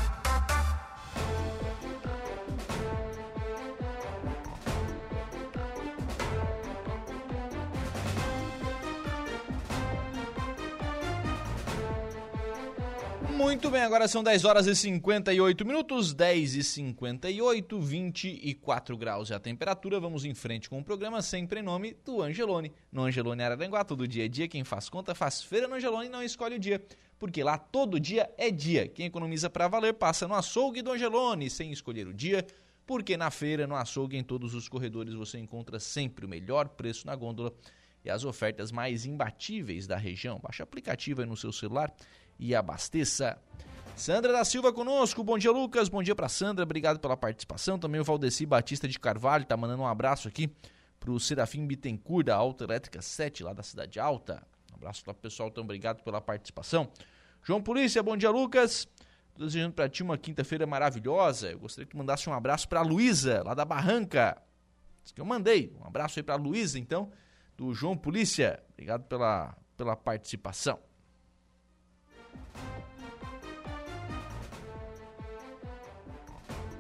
Muito bem, agora são 10h58, 10h58, 24 graus é a temperatura. Vamos em frente com o programa sempre em nome do Angelone. No Angelone Araranguá, todo dia é dia. Quem faz conta faz feira no Angelone e não escolhe o dia, porque lá todo dia é dia. Quem economiza para valer passa no açougue do Angelone, sem escolher o dia, porque na feira, no açougue, em todos os corredores você encontra sempre o melhor preço na gôndola e as ofertas mais imbatíveis da região. Baixe o aplicativo aí no seu celular e abasteça. Sandra da Silva conosco, bom dia, Lucas, bom dia pra Sandra, obrigado pela participação. Também o Valdeci Batista de Carvalho tá mandando um abraço aqui pro Serafim Bittencourt da Alta Elétrica 7, lá da Cidade Alta. Um abraço lá pro pessoal, então obrigado pela participação. João Polícia, bom dia, Lucas, tô desejando pra ti uma quinta-feira maravilhosa. Eu gostaria que mandasse um abraço pra Luísa, lá da Barranca. Diz que eu mandei, um abraço aí pra Luísa, então, do João Polícia, obrigado pela participação.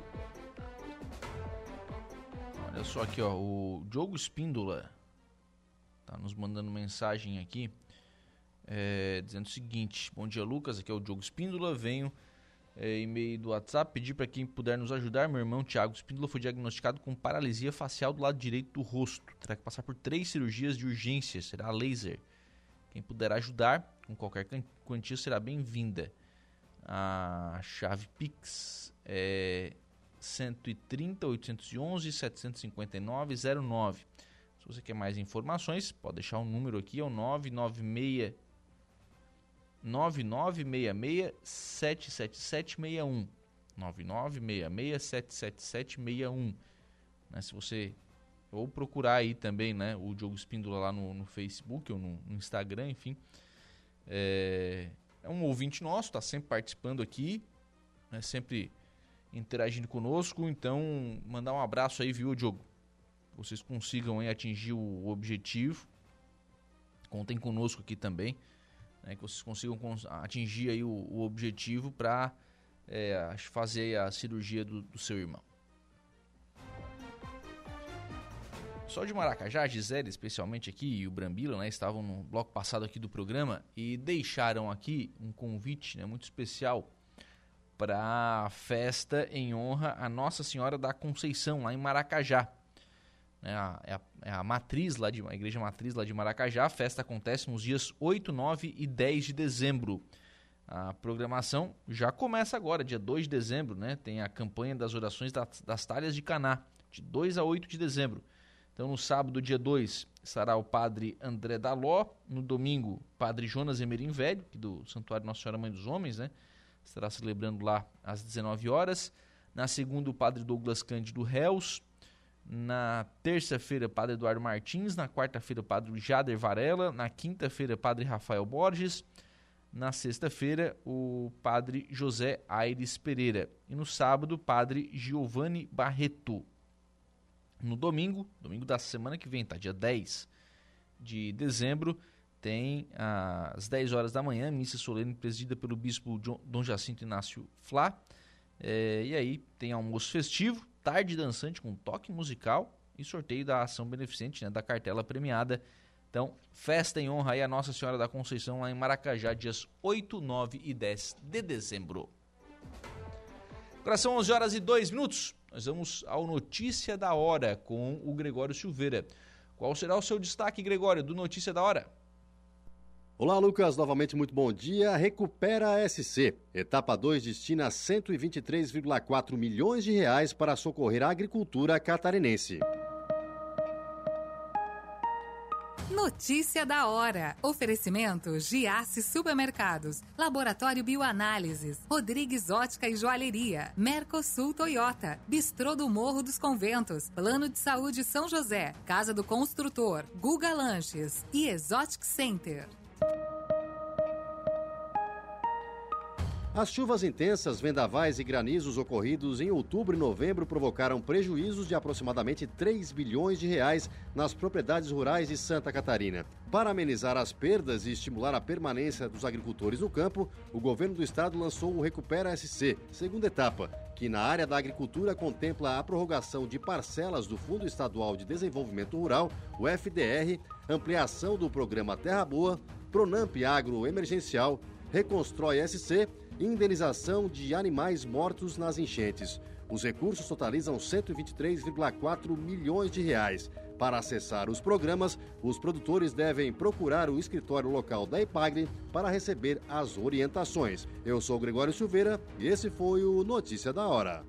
Olha só aqui, ó, o Diogo Espíndola tá nos mandando mensagem aqui, dizendo o seguinte: bom dia, Lucas, aqui é o Diogo Espíndola, venho e-mail do WhatsApp, pedir para quem puder nos ajudar. Meu irmão Thiago Espíndola foi diagnosticado com paralisia facial do lado direito do rosto, terá que passar por 3 cirurgias de urgência, será laser. Quem puder ajudar com qualquer quantia será bem-vinda. A chave Pix é 130-811-759-09. Se você quer mais informações, pode deixar um número aqui, é o 9966-77761. 9966-77761. Né, se você... Ou procurar aí também, né, o Diogo Espíndola lá no Facebook ou no Instagram, enfim. É um ouvinte nosso, está sempre participando aqui, né, sempre interagindo conosco. Então, mandar um abraço aí, viu, Diogo? Vocês consigam aí atingir o objetivo. Contem conosco aqui também, né, que vocês consigam atingir aí o objetivo para fazer a cirurgia do seu irmão. Só de Maracajá, a Gisele, especialmente aqui, e o Brambila, né, estavam no bloco passado aqui do programa e deixaram aqui um convite, né, muito especial para a festa em honra a Nossa Senhora da Conceição, lá em Maracajá. É a matriz lá a igreja matriz lá de Maracajá. A festa acontece nos dias 8, 9 e 10 de dezembro. A programação já começa agora, dia 2 de dezembro, né? Tem a campanha das orações das talhas de Caná, de 2 a 8 de dezembro. Então, no sábado, dia 2, estará o padre André Daló. No domingo, padre Jonas Emerim Velho, do Santuário Nossa Senhora Mãe dos Homens, né? Estará celebrando lá às 19 horas. Na segunda, o padre Douglas Cândido Reus. Na terça-feira, padre Eduardo Martins. Na quarta-feira, padre Jader Varela. Na quinta-feira, padre Rafael Borges. Na sexta-feira, o padre José Aires Pereira. E no sábado, padre Giovanni Barreto. No domingo da semana que vem, tá? Dia 10 de dezembro, tem às 10 horas da manhã, missa solene presidida pelo bispo Dom Jacinto Inácio Flá. E aí tem almoço festivo, tarde dançante com toque musical e sorteio da ação beneficente, né, da cartela premiada. Então, festa em honra aí a Nossa Senhora da Conceição lá em Maracajá, dias 8, 9 e 10 de dezembro. Agora são 11 horas e 2 minutos. Nós vamos ao Notícia da Hora com o Gregório Silveira. Qual será o seu destaque, Gregório, do Notícia da Hora? Olá, Lucas. Novamente, muito bom dia. Recupera a SC. Etapa 2 destina 123,4 milhões de reais para socorrer a agricultura catarinense. Notícia da hora. Oferecimento Giasse Supermercados, Laboratório Bioanálises, Rodrigues Ótica e Joalheria, Mercosul Toyota, Bistrô do Morro dos Conventos, Plano de Saúde São José, Casa do Construtor, Guga Lanches e Exotic Center. As chuvas intensas, vendavais e granizos ocorridos em outubro e novembro provocaram prejuízos de aproximadamente 3 bilhões de reais nas propriedades rurais de Santa Catarina. Para amenizar as perdas e estimular a permanência dos agricultores no campo, o governo do estado lançou o Recupera SC, segunda etapa, que na área da agricultura contempla a prorrogação de parcelas do Fundo Estadual de Desenvolvimento Rural, o FDR, ampliação do programa Terra Boa, Pronamp Agro Emergencial, Reconstrói SC e indenização de animais mortos nas enchentes. Os recursos totalizam 123,4 milhões de reais. Para acessar os programas, os produtores devem procurar o escritório local da Ipagre para receber as orientações. Eu sou o Gregório Silveira e esse foi o Notícia da Hora.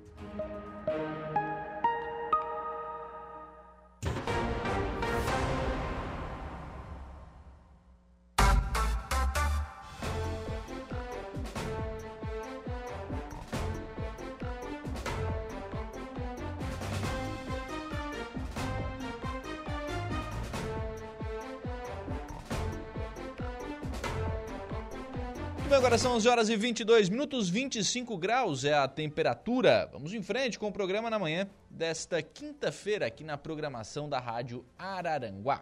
Agora são 11 horas e 22 minutos, 25 graus é a temperatura. Vamos em frente com o programa na manhã desta quinta-feira aqui na programação da Rádio Araranguá.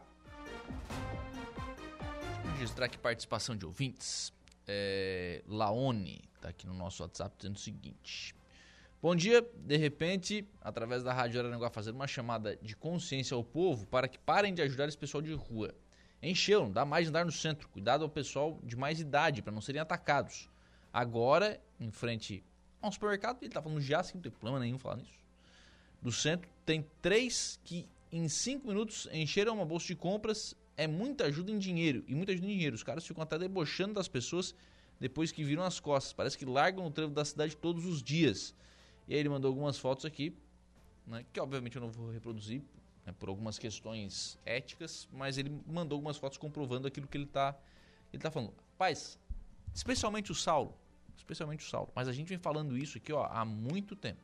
Vou registrar aqui participação de ouvintes. Laone está aqui no nosso WhatsApp dizendo o seguinte: bom dia, de repente, através da Rádio Araranguá, fazendo uma chamada de consciência ao povo para que parem de ajudar esse pessoal de rua. Encheu, não dá mais de andar no centro. Cuidado ao pessoal de mais idade, para não serem atacados. Agora, em frente a um supermercado, ele tá falando de aço, não tem problema nenhum falar nisso. Do centro, tem 3 que em 5 minutos encheram uma bolsa de compras. É muita ajuda em dinheiro. E muita ajuda em dinheiro. Os caras ficam até debochando das pessoas depois que viram as costas. Parece que largam o trevo da cidade todos os dias. E aí ele mandou algumas fotos aqui, né, que obviamente eu não vou reproduzir, né, por algumas questões éticas, mas ele mandou algumas fotos comprovando aquilo que ele tá falando. Rapaz, especialmente o Saulo, mas a gente vem falando isso aqui, ó, há muito tempo.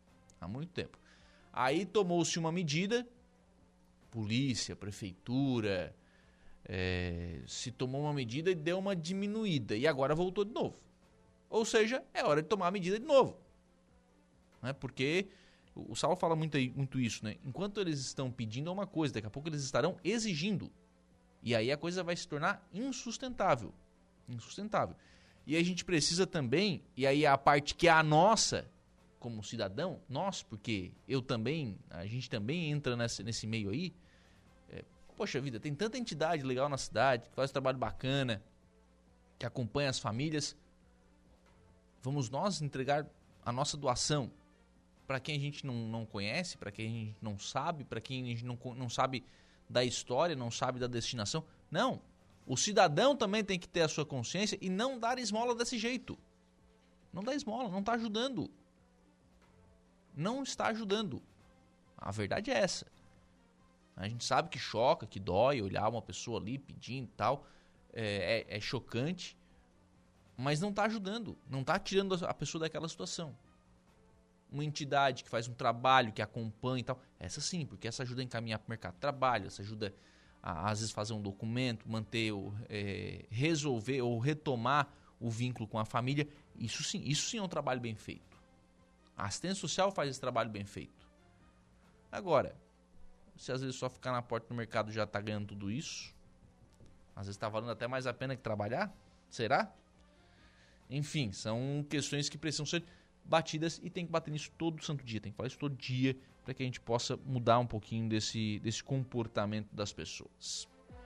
Aí tomou-se uma medida, polícia, prefeitura, se tomou uma medida e deu uma diminuída, e agora voltou de novo. Ou seja, é hora de tomar a medida de novo. Né? Porque o Saulo fala muito isso, né? Enquanto eles estão pedindo uma coisa, daqui a pouco eles estarão exigindo. E aí a coisa vai se tornar insustentável. E aí a gente precisa também, e aí a parte que é a nossa, como cidadão, nós, porque a gente também entra nesse meio aí. Poxa vida, tem tanta entidade legal na cidade, que faz um trabalho bacana, que acompanha as famílias. Vamos nós entregar a nossa doação para quem a gente não conhece, para quem a gente não sabe, para quem a gente não sabe da história, não sabe da destinação. Não. O cidadão também tem que ter a sua consciência e não dar esmola desse jeito. Não dá esmola, não está ajudando. Não está ajudando. A verdade é essa. A gente sabe que choca, que dói olhar uma pessoa ali pedindo e tal. É chocante. Mas não está ajudando. Não está tirando a pessoa daquela situação. Uma entidade que faz um trabalho, que acompanha e tal. Essa sim, porque essa ajuda a encaminhar para o mercado de trabalho, essa ajuda a, às vezes, fazer um documento, manter, resolver ou retomar o vínculo com a família. Isso sim é um trabalho bem feito. A assistência social faz esse trabalho bem feito. Agora, se às vezes só ficar na porta do mercado já está ganhando tudo isso, às vezes está valendo até mais a pena que trabalhar, será? Enfim, são questões que precisam ser batidas e tem que bater nisso todo santo dia, tem que falar isso todo dia para que a gente possa mudar um pouquinho desse comportamento das pessoas.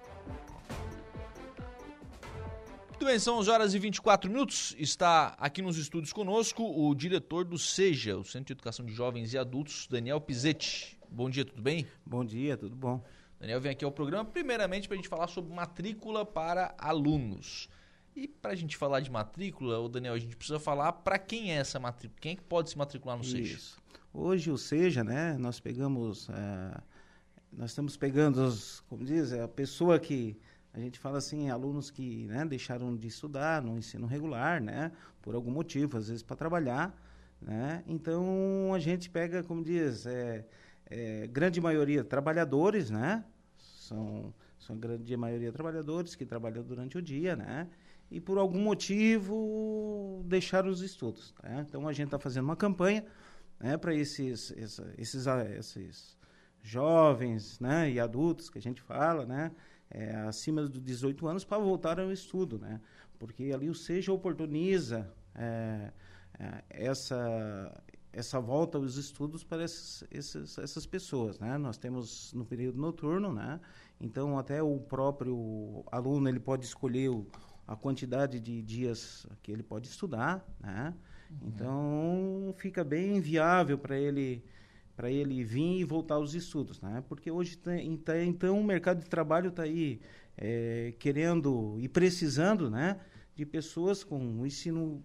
Muito bem, são 11h24, está aqui nos estúdios conosco o diretor do SEJA, o Centro de Educação de Jovens e Adultos, Daniel Pizzetti. Bom dia, tudo bem? Bom dia, tudo bom. Daniel vem aqui ao programa, primeiramente, para a gente falar sobre matrícula para alunos. E para a gente falar de matrícula, Daniel, a gente precisa falar para quem é essa matrícula, quem é que pode se matricular no SEJA? Isso. Hoje o SEJA, né, nós estamos pegando, como diz, a pessoa que, a gente fala assim, alunos que, né, deixaram de estudar no ensino regular, né, por algum motivo, às vezes para trabalhar, né, então a gente pega, como diz, grande maioria trabalhadores, né, são grande maioria trabalhadores que trabalham durante o dia, né, e por algum motivo deixaram os estudos, né? Então a gente está fazendo uma campanha, né, para esses jovens, né, e adultos que a gente fala, né, acima dos 18 anos para voltar ao estudo, né, porque ali o SEJA oportuniza essa volta aos estudos para essas pessoas, né? Nós temos no período noturno, né? Então até o próprio aluno ele pode escolher a quantidade de dias que ele pode estudar, né? Então fica bem viável para ele vir e voltar aos estudos, né? Porque hoje então o mercado de trabalho está aí querendo e precisando, né, de pessoas com o ensino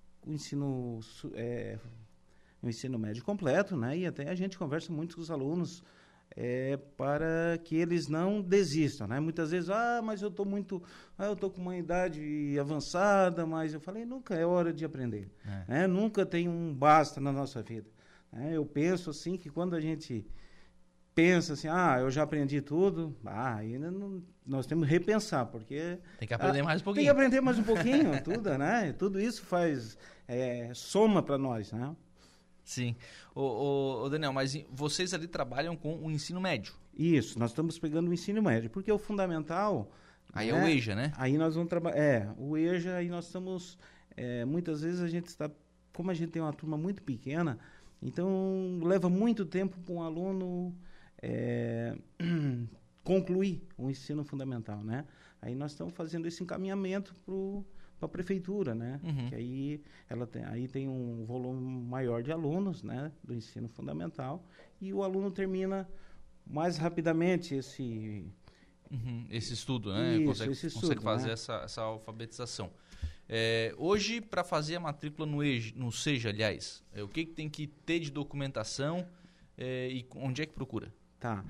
médio completo, né? E até a gente conversa muito com os alunos para que eles não desistam, né? Muitas vezes, mas eu estou com uma idade avançada, mas eu falei, nunca é hora de aprender, né? Nunca tem um basta na nossa vida, né? Eu penso assim que quando a gente pensa assim, eu já aprendi tudo, ainda não, nós temos que repensar, porque tem que aprender mais um pouquinho. Tem que aprender mais um pouquinho, tudo, né? Tudo isso faz soma para nós, né? Sim. Ô Daniel, mas vocês ali trabalham com o ensino médio? Isso, nós estamos pegando o ensino médio, porque o fundamental... Aí é o EJA, né? Aí nós vamos trabalhar... o EJA, aí nós estamos... muitas vezes a gente está... Como a gente tem uma turma muito pequena, então leva muito tempo para um aluno concluir o ensino fundamental, né? Aí nós estamos fazendo esse encaminhamento para a prefeitura, né? Que aí tem um volume maior de alunos, né? Do ensino fundamental, e o aluno termina mais rapidamente esse estudo, né? Isso, consegue fazer, né, essa alfabetização. Hoje, para fazer a matrícula no SEJA, aliás, o que tem que ter de documentação e onde é que procura? Tá.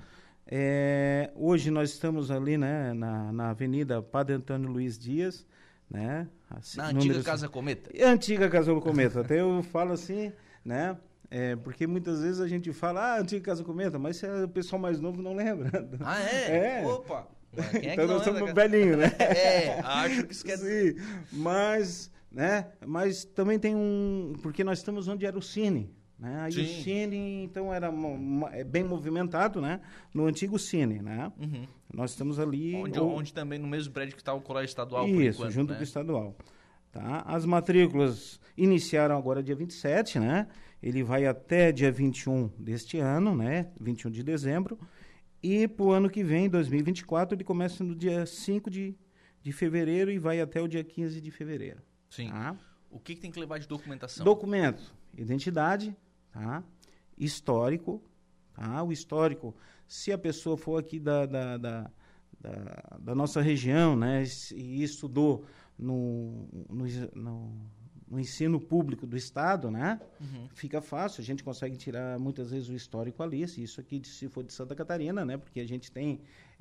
Hoje nós estamos ali, né, na Avenida Padre Antônio Luiz Dias, né? Na antiga Casa Cometa. Antiga Casa Cometa. Até eu falo assim, né? Porque muitas vezes a gente fala, antiga Casa Cometa, mas o pessoal mais novo não lembra. Ah, é? Opa! Quem então nós somos velhinhos, né? Acho que isso quer dizer. Mas, né? Mas também tem porque nós estamos onde era o Cine. Né? Aí o Cine, então, era bem movimentado, né? No antigo Cine, né? Nós estamos ali... Onde também, no mesmo prédio que está o Colégio Estadual, isso, por enquanto, junto né? com o Estadual. Tá? As matrículas iniciaram agora dia 27, né? Ele vai até dia 21 deste ano, né? 21 de dezembro. E para o ano que vem, 2024, ele começa no dia 5 de fevereiro e vai até o dia 15 de fevereiro. Sim. Tá? O que tem que levar de documentação? Documento, identidade, tá? Histórico, tá? O histórico, se a pessoa for aqui da nossa região, né, e estudou no ensino público do estado, né, fica fácil, a gente consegue tirar muitas vezes o histórico ali, isso aqui se for de Santa Catarina, né, porque a gente tem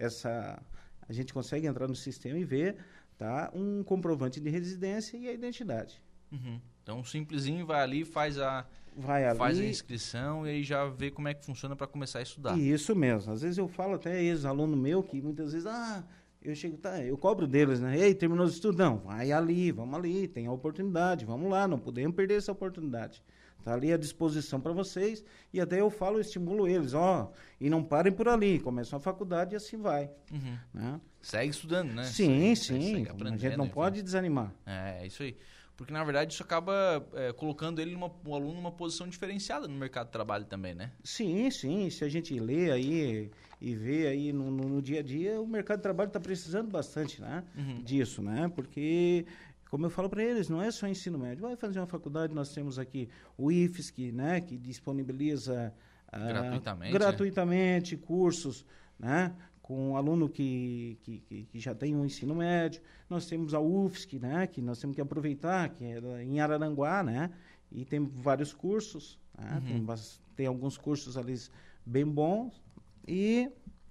a gente consegue entrar no sistema e ver, tá, um comprovante de residência e a identidade. Então, simplesinho, vai ali, faz a inscrição e aí já vê como é que funciona para começar a estudar. Isso mesmo. Às vezes eu falo até ex-aluno meu que muitas vezes, eu chego, eu cobro deles, né? Ei, terminou os estudos? Não, vai ali, vamos ali, tem a oportunidade, vamos lá, não podemos perder essa oportunidade. Está ali à disposição para vocês e até eu falo, estimulo eles, e não parem por ali, começam a faculdade e assim vai. Né? Segue estudando, né? Sim, segue a gente não pode desanimar. É isso aí. Porque, na verdade, isso acaba colocando o aluno numa posição diferenciada no mercado de trabalho também, né? Sim. Se a gente lê aí e vê aí no dia a dia, o mercado de trabalho está precisando bastante, né? Disso, né? Porque, como eu falo para eles, não é só ensino médio. Vai fazer uma faculdade, nós temos aqui o IFSC, né? Que disponibiliza gratuitamente cursos, né? Com um aluno que já tem um ensino médio. Nós temos a UFSC, né, que nós temos que aproveitar, que é em Araranguá, né, e tem vários cursos, né, tem alguns cursos ali bem bons, e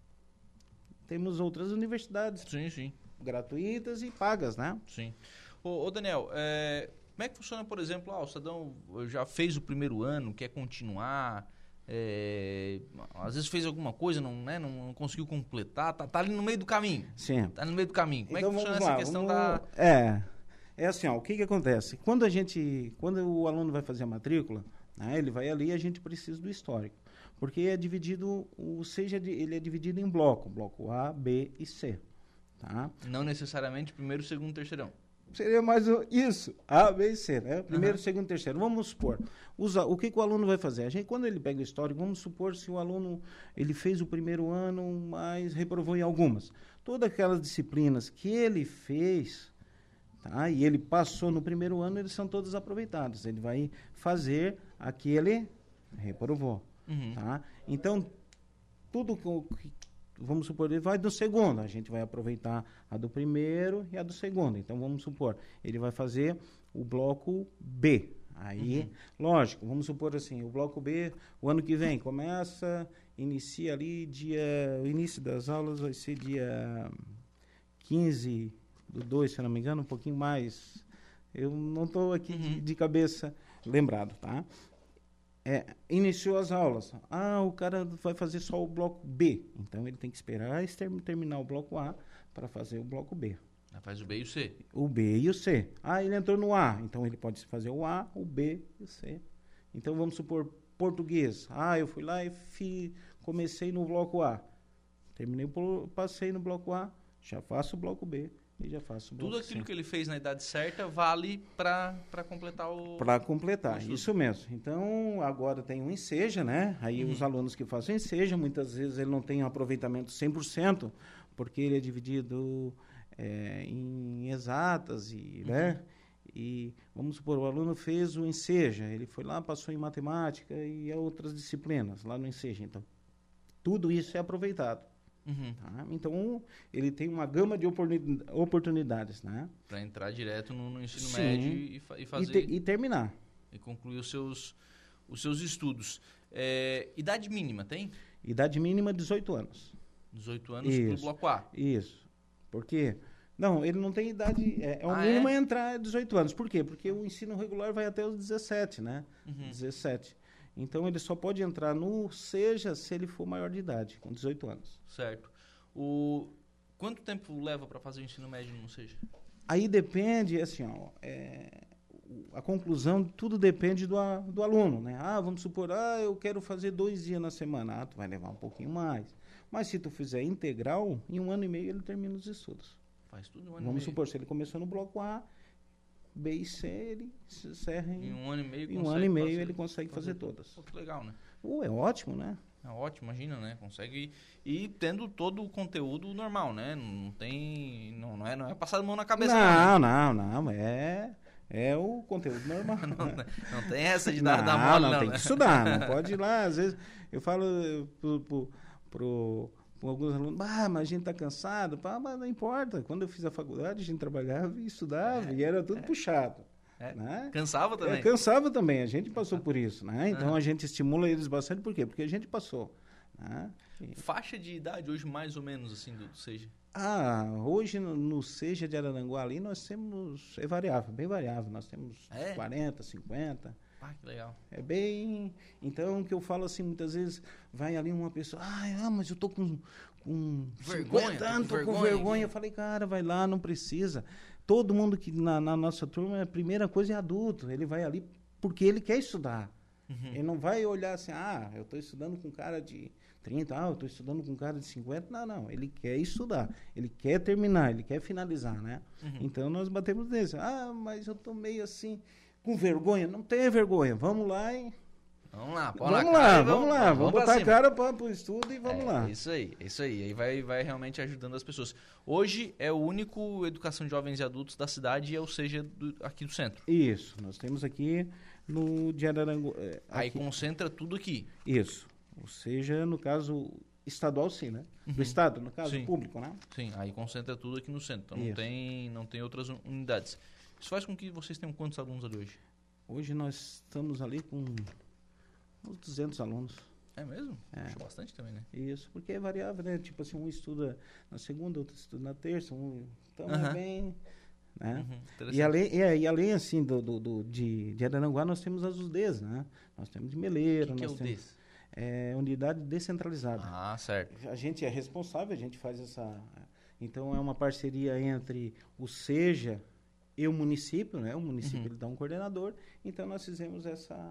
temos outras universidades gratuitas e pagas, né? Sim. Ô Daniel, como é que funciona, por exemplo, o cidadão já fez o primeiro ano, quer continuar... às vezes fez alguma coisa, não conseguiu completar, tá ali no meio do caminho. Sim. Tá no meio do caminho. Como então, é que funciona essa questão da... É assim, o que acontece? Quando o aluno vai fazer a matrícula, né, ele vai ali e a gente precisa do histórico. Porque é dividido, ele é dividido em bloco A, B e C. Tá? Não necessariamente primeiro, segundo, terceirão. Seria mais isso, A, B e C, né? Primeiro, segundo, terceiro. Vamos supor, o que o aluno vai fazer? Quando ele pega o histórico, vamos supor se o aluno ele fez o primeiro ano, mas reprovou em algumas. Todas aquelas disciplinas que ele fez, tá? E ele passou no primeiro ano, eles são todas aproveitadas. Ele vai fazer a que ele reprovou. Tá? Então, tudo que vamos supor, ele vai do segundo, a gente vai aproveitar a do primeiro e a do segundo. Então, vamos supor, ele vai fazer o bloco B. Aí, lógico, vamos supor assim, o bloco B, o ano que vem, inicia ali, o início das aulas vai ser dia 15/2, se eu não me engano, um pouquinho mais. Eu não estou aqui de cabeça lembrado, tá? Iniciou as aulas. O cara vai fazer só o bloco B. Então, ele tem que esperar terminar o bloco A para fazer o bloco B. Faz o B e o C. O B e o C. Ele entrou no A. Então, ele pode fazer o A, o B e o C. Então, vamos supor, português. Eu fui lá e comecei no bloco A. Passei no bloco A, já faço o bloco B e já faço o Tudo bloco aquilo 5. que ele fez na idade certa vale para completar o... Para completar, Isso. isso mesmo. Então, agora tem o Enseja, né? Aí os alunos que fazem o Enseja, muitas vezes ele não tem um aproveitamento 100%, porque ele é dividido em exatas, né? E, vamos supor, o aluno fez o Enseja, ele foi lá, passou em matemática e outras disciplinas lá no Enseja. Então, tudo isso é aproveitado. Tá? Então, ele tem uma gama de oportunidades, né? Para entrar direto no ensino Sim. médio e fazer... E terminar. E concluir os seus estudos. Idade mínima, tem? Idade mínima, 18 anos. 18 anos Isso. pro bloco A. Isso. Por quê? Não, ele não tem idade... o mínimo é entrar 18 anos. Por quê? Porque o ensino regular vai até os 17, né? 17. Então, ele só pode entrar no SEJA se ele for maior de idade, com 18 anos. Certo. Quanto tempo leva para fazer o ensino médio no SEJA? Aí depende, assim, a conclusão, tudo depende do aluno, né? Vamos supor, eu quero fazer 2 dias na semana. Tu vai levar um pouquinho mais. Mas se tu fizer integral, em 1 ano e meio ele termina os estudos. Faz tudo em 1 ano e meio. Vamos supor, se ele começou no bloco A, B e C, ele se encerra em 1 ano e meio. Em 1 ano e meio ele consegue fazer todas. Pô, que legal, né? É ótimo, né? É ótimo, imagina, né? Consegue e tendo todo o conteúdo normal, né? Não é passar a mão na cabeça. Não. É o conteúdo normal. não tem essa de dar mole, não. Tem né? que estudar, não pode ir lá. Às vezes eu falo pro alguns alunos, mas a gente tá cansado. Mas não importa. Quando eu fiz a faculdade, a gente trabalhava e estudava e era tudo puxado. Né? Cansava também? Cansava também, a gente passou por isso, né? Então a gente estimula eles bastante, por quê? Porque a gente passou. Né? Faixa de idade hoje mais ou menos assim do SEJA? Hoje no SEJA de Araranguá ali nós temos, variável, bem variável, nós temos 40, 50. Que legal. É bem, então o que eu falo assim, muitas vezes vai ali uma pessoa, mas eu tô com vergonha, 50 anos, tô com vergonha. Eu falei, cara, vai lá, não precisa. Todo mundo que na nossa turma, a primeira coisa é adulto. Ele vai ali porque ele quer estudar. Ele não vai olhar assim, eu estou estudando com um cara de 30, eu estou estudando com um cara de 50. Não. Ele quer estudar. Ele quer terminar, ele quer finalizar, né? Então, nós batemos nesse. Mas eu estou meio assim, com vergonha. Não tenha vergonha. Vamos lá e... Vamos lá, vamos botar a cara para o estudo e vamos lá. Isso aí. Aí vai realmente ajudando as pessoas. Hoje é o único Educação de Jovens e Adultos da cidade e ou seja, aqui do centro. Isso, nós temos aqui no de Araranguá. Aí concentra tudo aqui. Isso, ou seja, no caso estadual sim, né? Do estado, no caso público, né? Sim, aí concentra tudo aqui no centro, então não tem outras unidades. Isso faz com que vocês tenham quantos alunos ali hoje? Hoje nós estamos ali com uns 200 alunos. É mesmo? Puxa bastante também, né? Isso, porque é variável, né? Tipo assim, um estuda na segunda, outro estuda na terça, então é bem... Né? E além assim, de Araranguá, nós temos as UDEs, né? Nós temos de Meleiro. O que é UDEs? É unidade descentralizada. Certo. A gente é responsável, a gente faz essa... Então, é uma parceria entre o SEJA e o município, né? O município ele dá um coordenador, então nós fizemos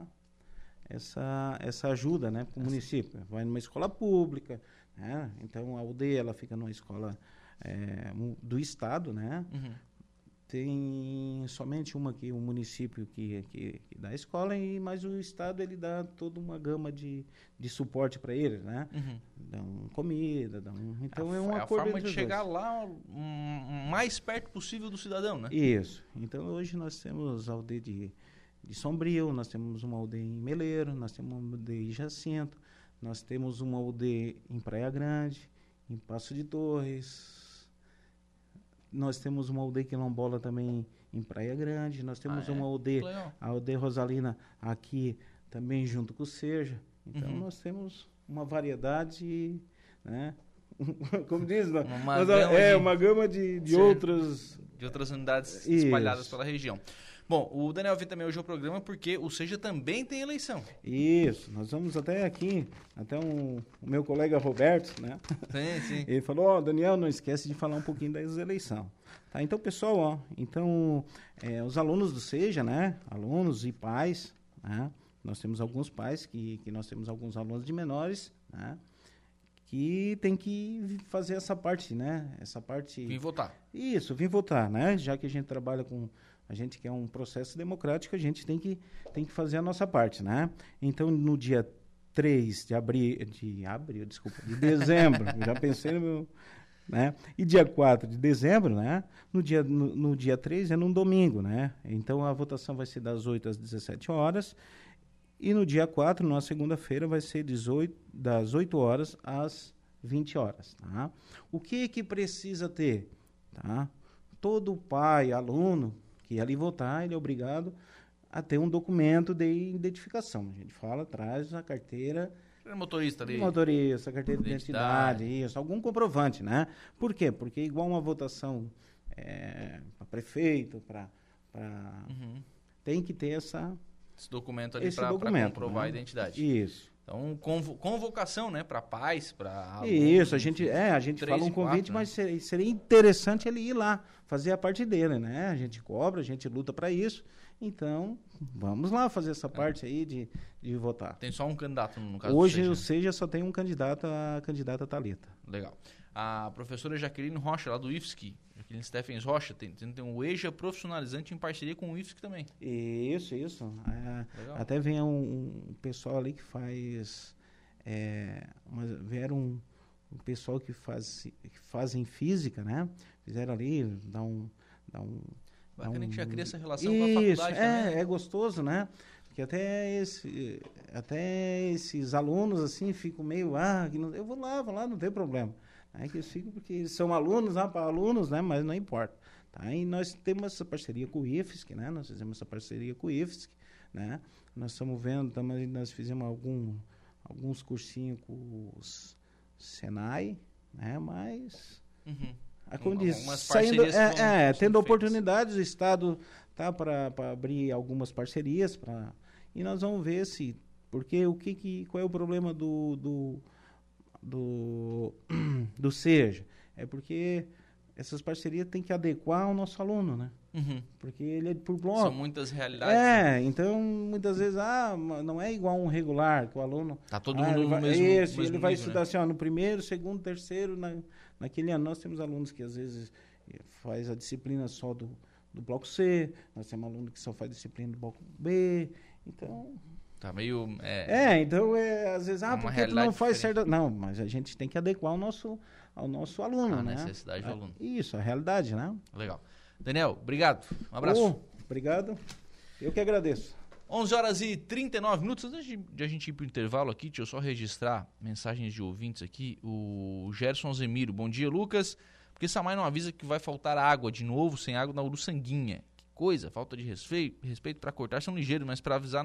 essa ajuda, né, para o município. Vai numa escola pública, né? Então a UD ela fica numa escola do estado, né? Tem somente uma que o município que dá a escola mas o estado ele dá toda uma gama de suporte para eles, né? Dão comida, então é um acordo forma de chegar lá mais perto possível do cidadão, né? Isso. Então hoje nós temos a UD de Sombrio, nós temos uma UD em Meleiro, nós temos uma UD em Jacinto, nós temos uma UD em Praia Grande, em Passo de Torres, nós temos uma UD quilombola também em Praia Grande, nós temos uma UD, a UD Rosalina aqui também junto com o SEJA. Então nós temos uma variedade, né? Como diz, uma gama de outras... De outras unidades espalhadas pela região. Bom, o Daniel veio também hoje ao programa porque o SEJA também tem eleição. Isso, nós vamos até aqui, o meu colega Roberto, né? Sim. Ele falou, Daniel, não esquece de falar um pouquinho das eleições. Tá, então, pessoal, os alunos do SEJA, né? Alunos e pais, né? Nós temos alguns pais que nós temos alguns alunos de menores, né? que tem que fazer essa parte, né? Essa parte... Vim votar. Isso, vim votar, né? Já que a gente trabalha com... A gente quer um processo democrático, a gente tem que fazer a nossa parte, né? Então, no dia 3 de dezembro, já pensei no meu... Né? E dia 4 de dezembro, né? No dia 3 é num domingo, né? Então, a votação vai ser das 8 às 17 horas. E no dia 4, na segunda-feira, vai ser das 8 horas às 20 horas. Tá? O que precisa ter? Tá? Todo pai, aluno que ali votar, ele é obrigado a ter um documento de identificação. A gente fala, traz a carteira... Motorista ali. Motorista, carteira de identidade, isso, algum comprovante, né? Por quê? Porque igual uma votação para prefeito, tem que ter esse documento ali para comprovar, né, a identidade. Isso. Então, convocação, né, para pais, para alunos. Isso, a gente fala um convite, 4, mas né? seria interessante ele ir lá, fazer a parte dele, né? A gente cobra, a gente luta para isso. Então, vamos lá fazer essa parte aí de votar. Tem só um candidato, no caso hoje, ou seja, só tem um candidato, a candidata Thalita. Legal. A professora Jaqueline Rocha, lá do IFSC, Jaqueline Stephens Rocha, tem um EJA profissionalizante em parceria com o IFSC também. Isso. Até vem um pessoal ali que faz... vieram um pessoal que fazem física, né? Fizeram ali, dá um bacana que já cria essa relação com a faculdade também. É gostoso, né? Porque até esses alunos, assim, ficam meio... eu vou lá, não tem problema. É que eles ficam porque eles são alunos, para alunos, né? Mas não importa. Tá? E nós temos essa parceria com o IFSC, né? Nós fizemos essa parceria com o IFSC, né? Nós estamos vendo, nós fizemos alguns cursinhos com o Senai, né? Mas... A condição, tendo oportunidades, o Estado tá para abrir algumas parcerias e nós vamos ver porque qual é o problema do SEJA? É porque essas parcerias têm que adequar ao nosso aluno, né? Porque ele é por bloco. São muitas realidades. Né? Então muitas vezes não é igual um regular que o aluno tá todo mundo no mesmo ele vai nível, estudar, né? No primeiro, segundo, terceiro, naquele ano. Nós temos alunos que às vezes faz a disciplina só do bloco C, nós temos aluno que só faz disciplina do bloco B, então... Tá meio... então às vezes, porque tu não faz certo... Não, mas a gente tem que adequar ao nosso aluno, a né? A necessidade do aluno. Isso, a realidade, né? Legal. Daniel, obrigado. Um abraço. Obrigado. Eu que agradeço. 11 horas e 39 minutos. Antes de a gente ir para o intervalo aqui, deixa eu só registrar mensagens de ouvintes aqui. O Gerson Zemiro. Bom dia, Lucas. Porque Samay não avisa que vai faltar água de novo, sem água na Uruçanguinha. Que coisa, falta de respeito para cortar, são ligeiros, mas para avisar,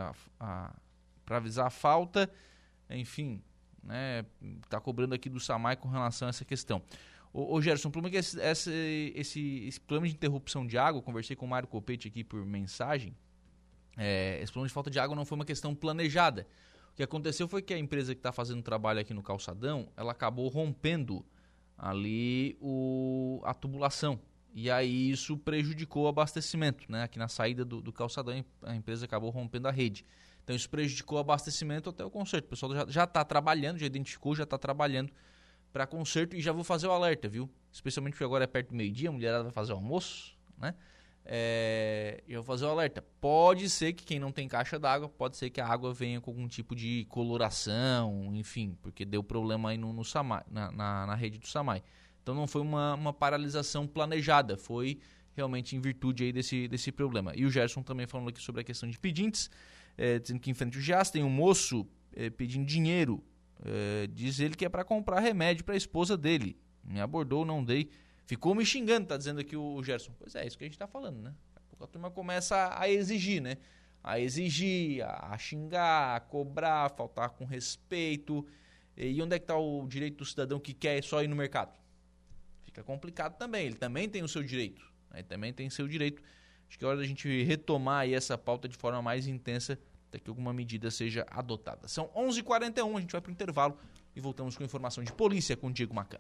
para avisar a falta, enfim, né, tá cobrando aqui do Samay com relação a essa questão. Ô Gerson, o problema é que esse problema de interrupção de água, eu conversei com o Mário Copete aqui por mensagem, esse problema de falta de água não foi uma questão planejada. O que aconteceu foi que a empresa que está fazendo trabalho aqui no calçadão, ela acabou rompendo ali a tubulação. E aí isso prejudicou o abastecimento, né? Aqui na saída do calçadão, a empresa acabou rompendo a rede. Então isso prejudicou o abastecimento até o conserto. O pessoal já está trabalhando, já identificou, já está trabalhando para conserto. E já vou fazer o alerta, viu? Especialmente porque agora é perto do meio-dia, a mulherada vai fazer o almoço, né? Eu vou fazer o alerta. Pode ser que quem não tem caixa d'água, pode ser que a água venha com algum tipo de coloração, enfim, porque deu problema aí no Samay, na rede do Samay. Então não foi uma paralisação planejada, foi realmente em virtude aí desse problema. E o Gerson também falando aqui sobre a questão de pedintes, dizendo que em frente ao Gias tem um moço pedindo dinheiro, diz ele que é para comprar remédio para a esposa dele. Me abordou, não dei. Ficou me xingando, tá dizendo aqui o Gerson. Pois é, isso que a gente tá falando, né? Daqui a pouco a turma começa a exigir, né? A exigir, a xingar, a cobrar, a faltar com respeito. E onde é que tá o direito do cidadão que quer só ir no mercado? Fica complicado também. Ele também tem o seu direito. Né? Ele também tem o seu direito. Acho que é hora da gente retomar aí essa pauta de forma mais intensa até que alguma medida seja adotada. São 11h41, a gente vai pro intervalo e voltamos com informação de polícia com o Diego Macan.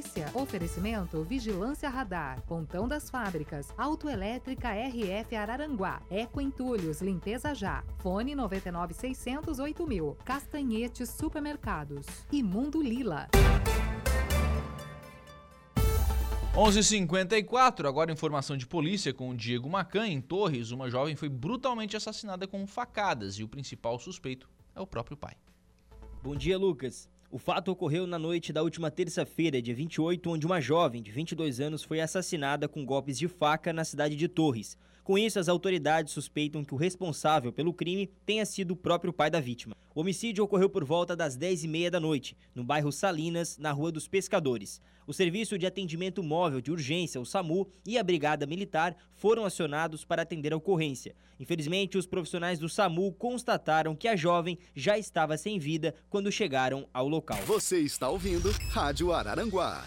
Polícia. Oferecimento Vigilância Radar. Pontão das Fábricas. Autoelétrica RF Araranguá. Eco Entulhos. Limpeza Já. Fone 99608000. Castanhetes Supermercados. E Mundo Lila. 11h54, agora informação de polícia com o Diego Macan. Em Torres, uma jovem foi brutalmente assassinada com facadas e o principal suspeito é o próprio pai. Bom dia, Lucas. O fato ocorreu na noite da última terça-feira, dia 28, onde uma jovem de 22 anos foi assassinada com golpes de faca na cidade de Torres. Com isso, as autoridades suspeitam que o responsável pelo crime tenha sido o próprio pai da vítima. O homicídio ocorreu por volta das 10h30 da noite, no bairro Salinas, na Rua dos Pescadores. O Serviço de Atendimento Móvel de Urgência, o SAMU, e a Brigada Militar foram acionados para atender a ocorrência. Infelizmente, os profissionais do SAMU constataram que a jovem já estava sem vida quando chegaram ao local. Você está ouvindo Rádio Araranguá.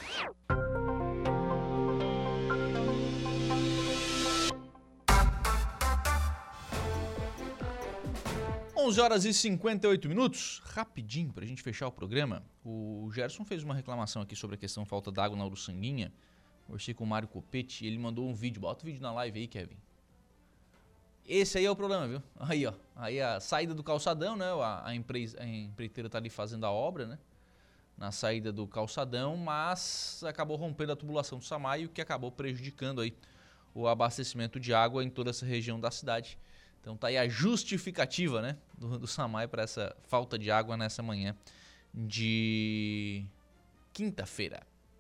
Onze horas e 58 minutos, rapidinho para a gente fechar o programa. O Gerson fez uma reclamação aqui sobre a questão falta d'água na Uruçanguinha. Conversei com o Mário Copete e ele mandou um vídeo. Bota o vídeo na live aí, Kevin. Esse aí é o problema, viu? Aí, ó. Aí a saída do calçadão, né? A empreiteira tá ali fazendo a obra, né? Na saída do calçadão, mas acabou rompendo a tubulação do Samaio, que acabou prejudicando aí o abastecimento de água em toda essa região da cidade. Então tá aí a justificativa, né, do Samaio para essa falta de água nessa manhã de quinta-feira.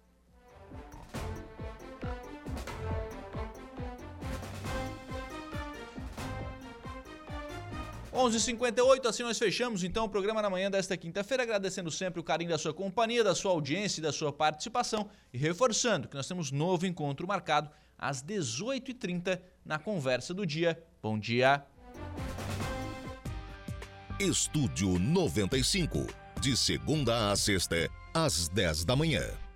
(11h58), assim nós fechamos então o programa na manhã desta quinta-feira, agradecendo sempre o carinho da sua companhia, da sua audiência e da sua participação e reforçando que nós temos novo encontro marcado às 18h30 na Conversa do Dia. Bom dia! Estúdio 95, de segunda a sexta, às 10 da manhã.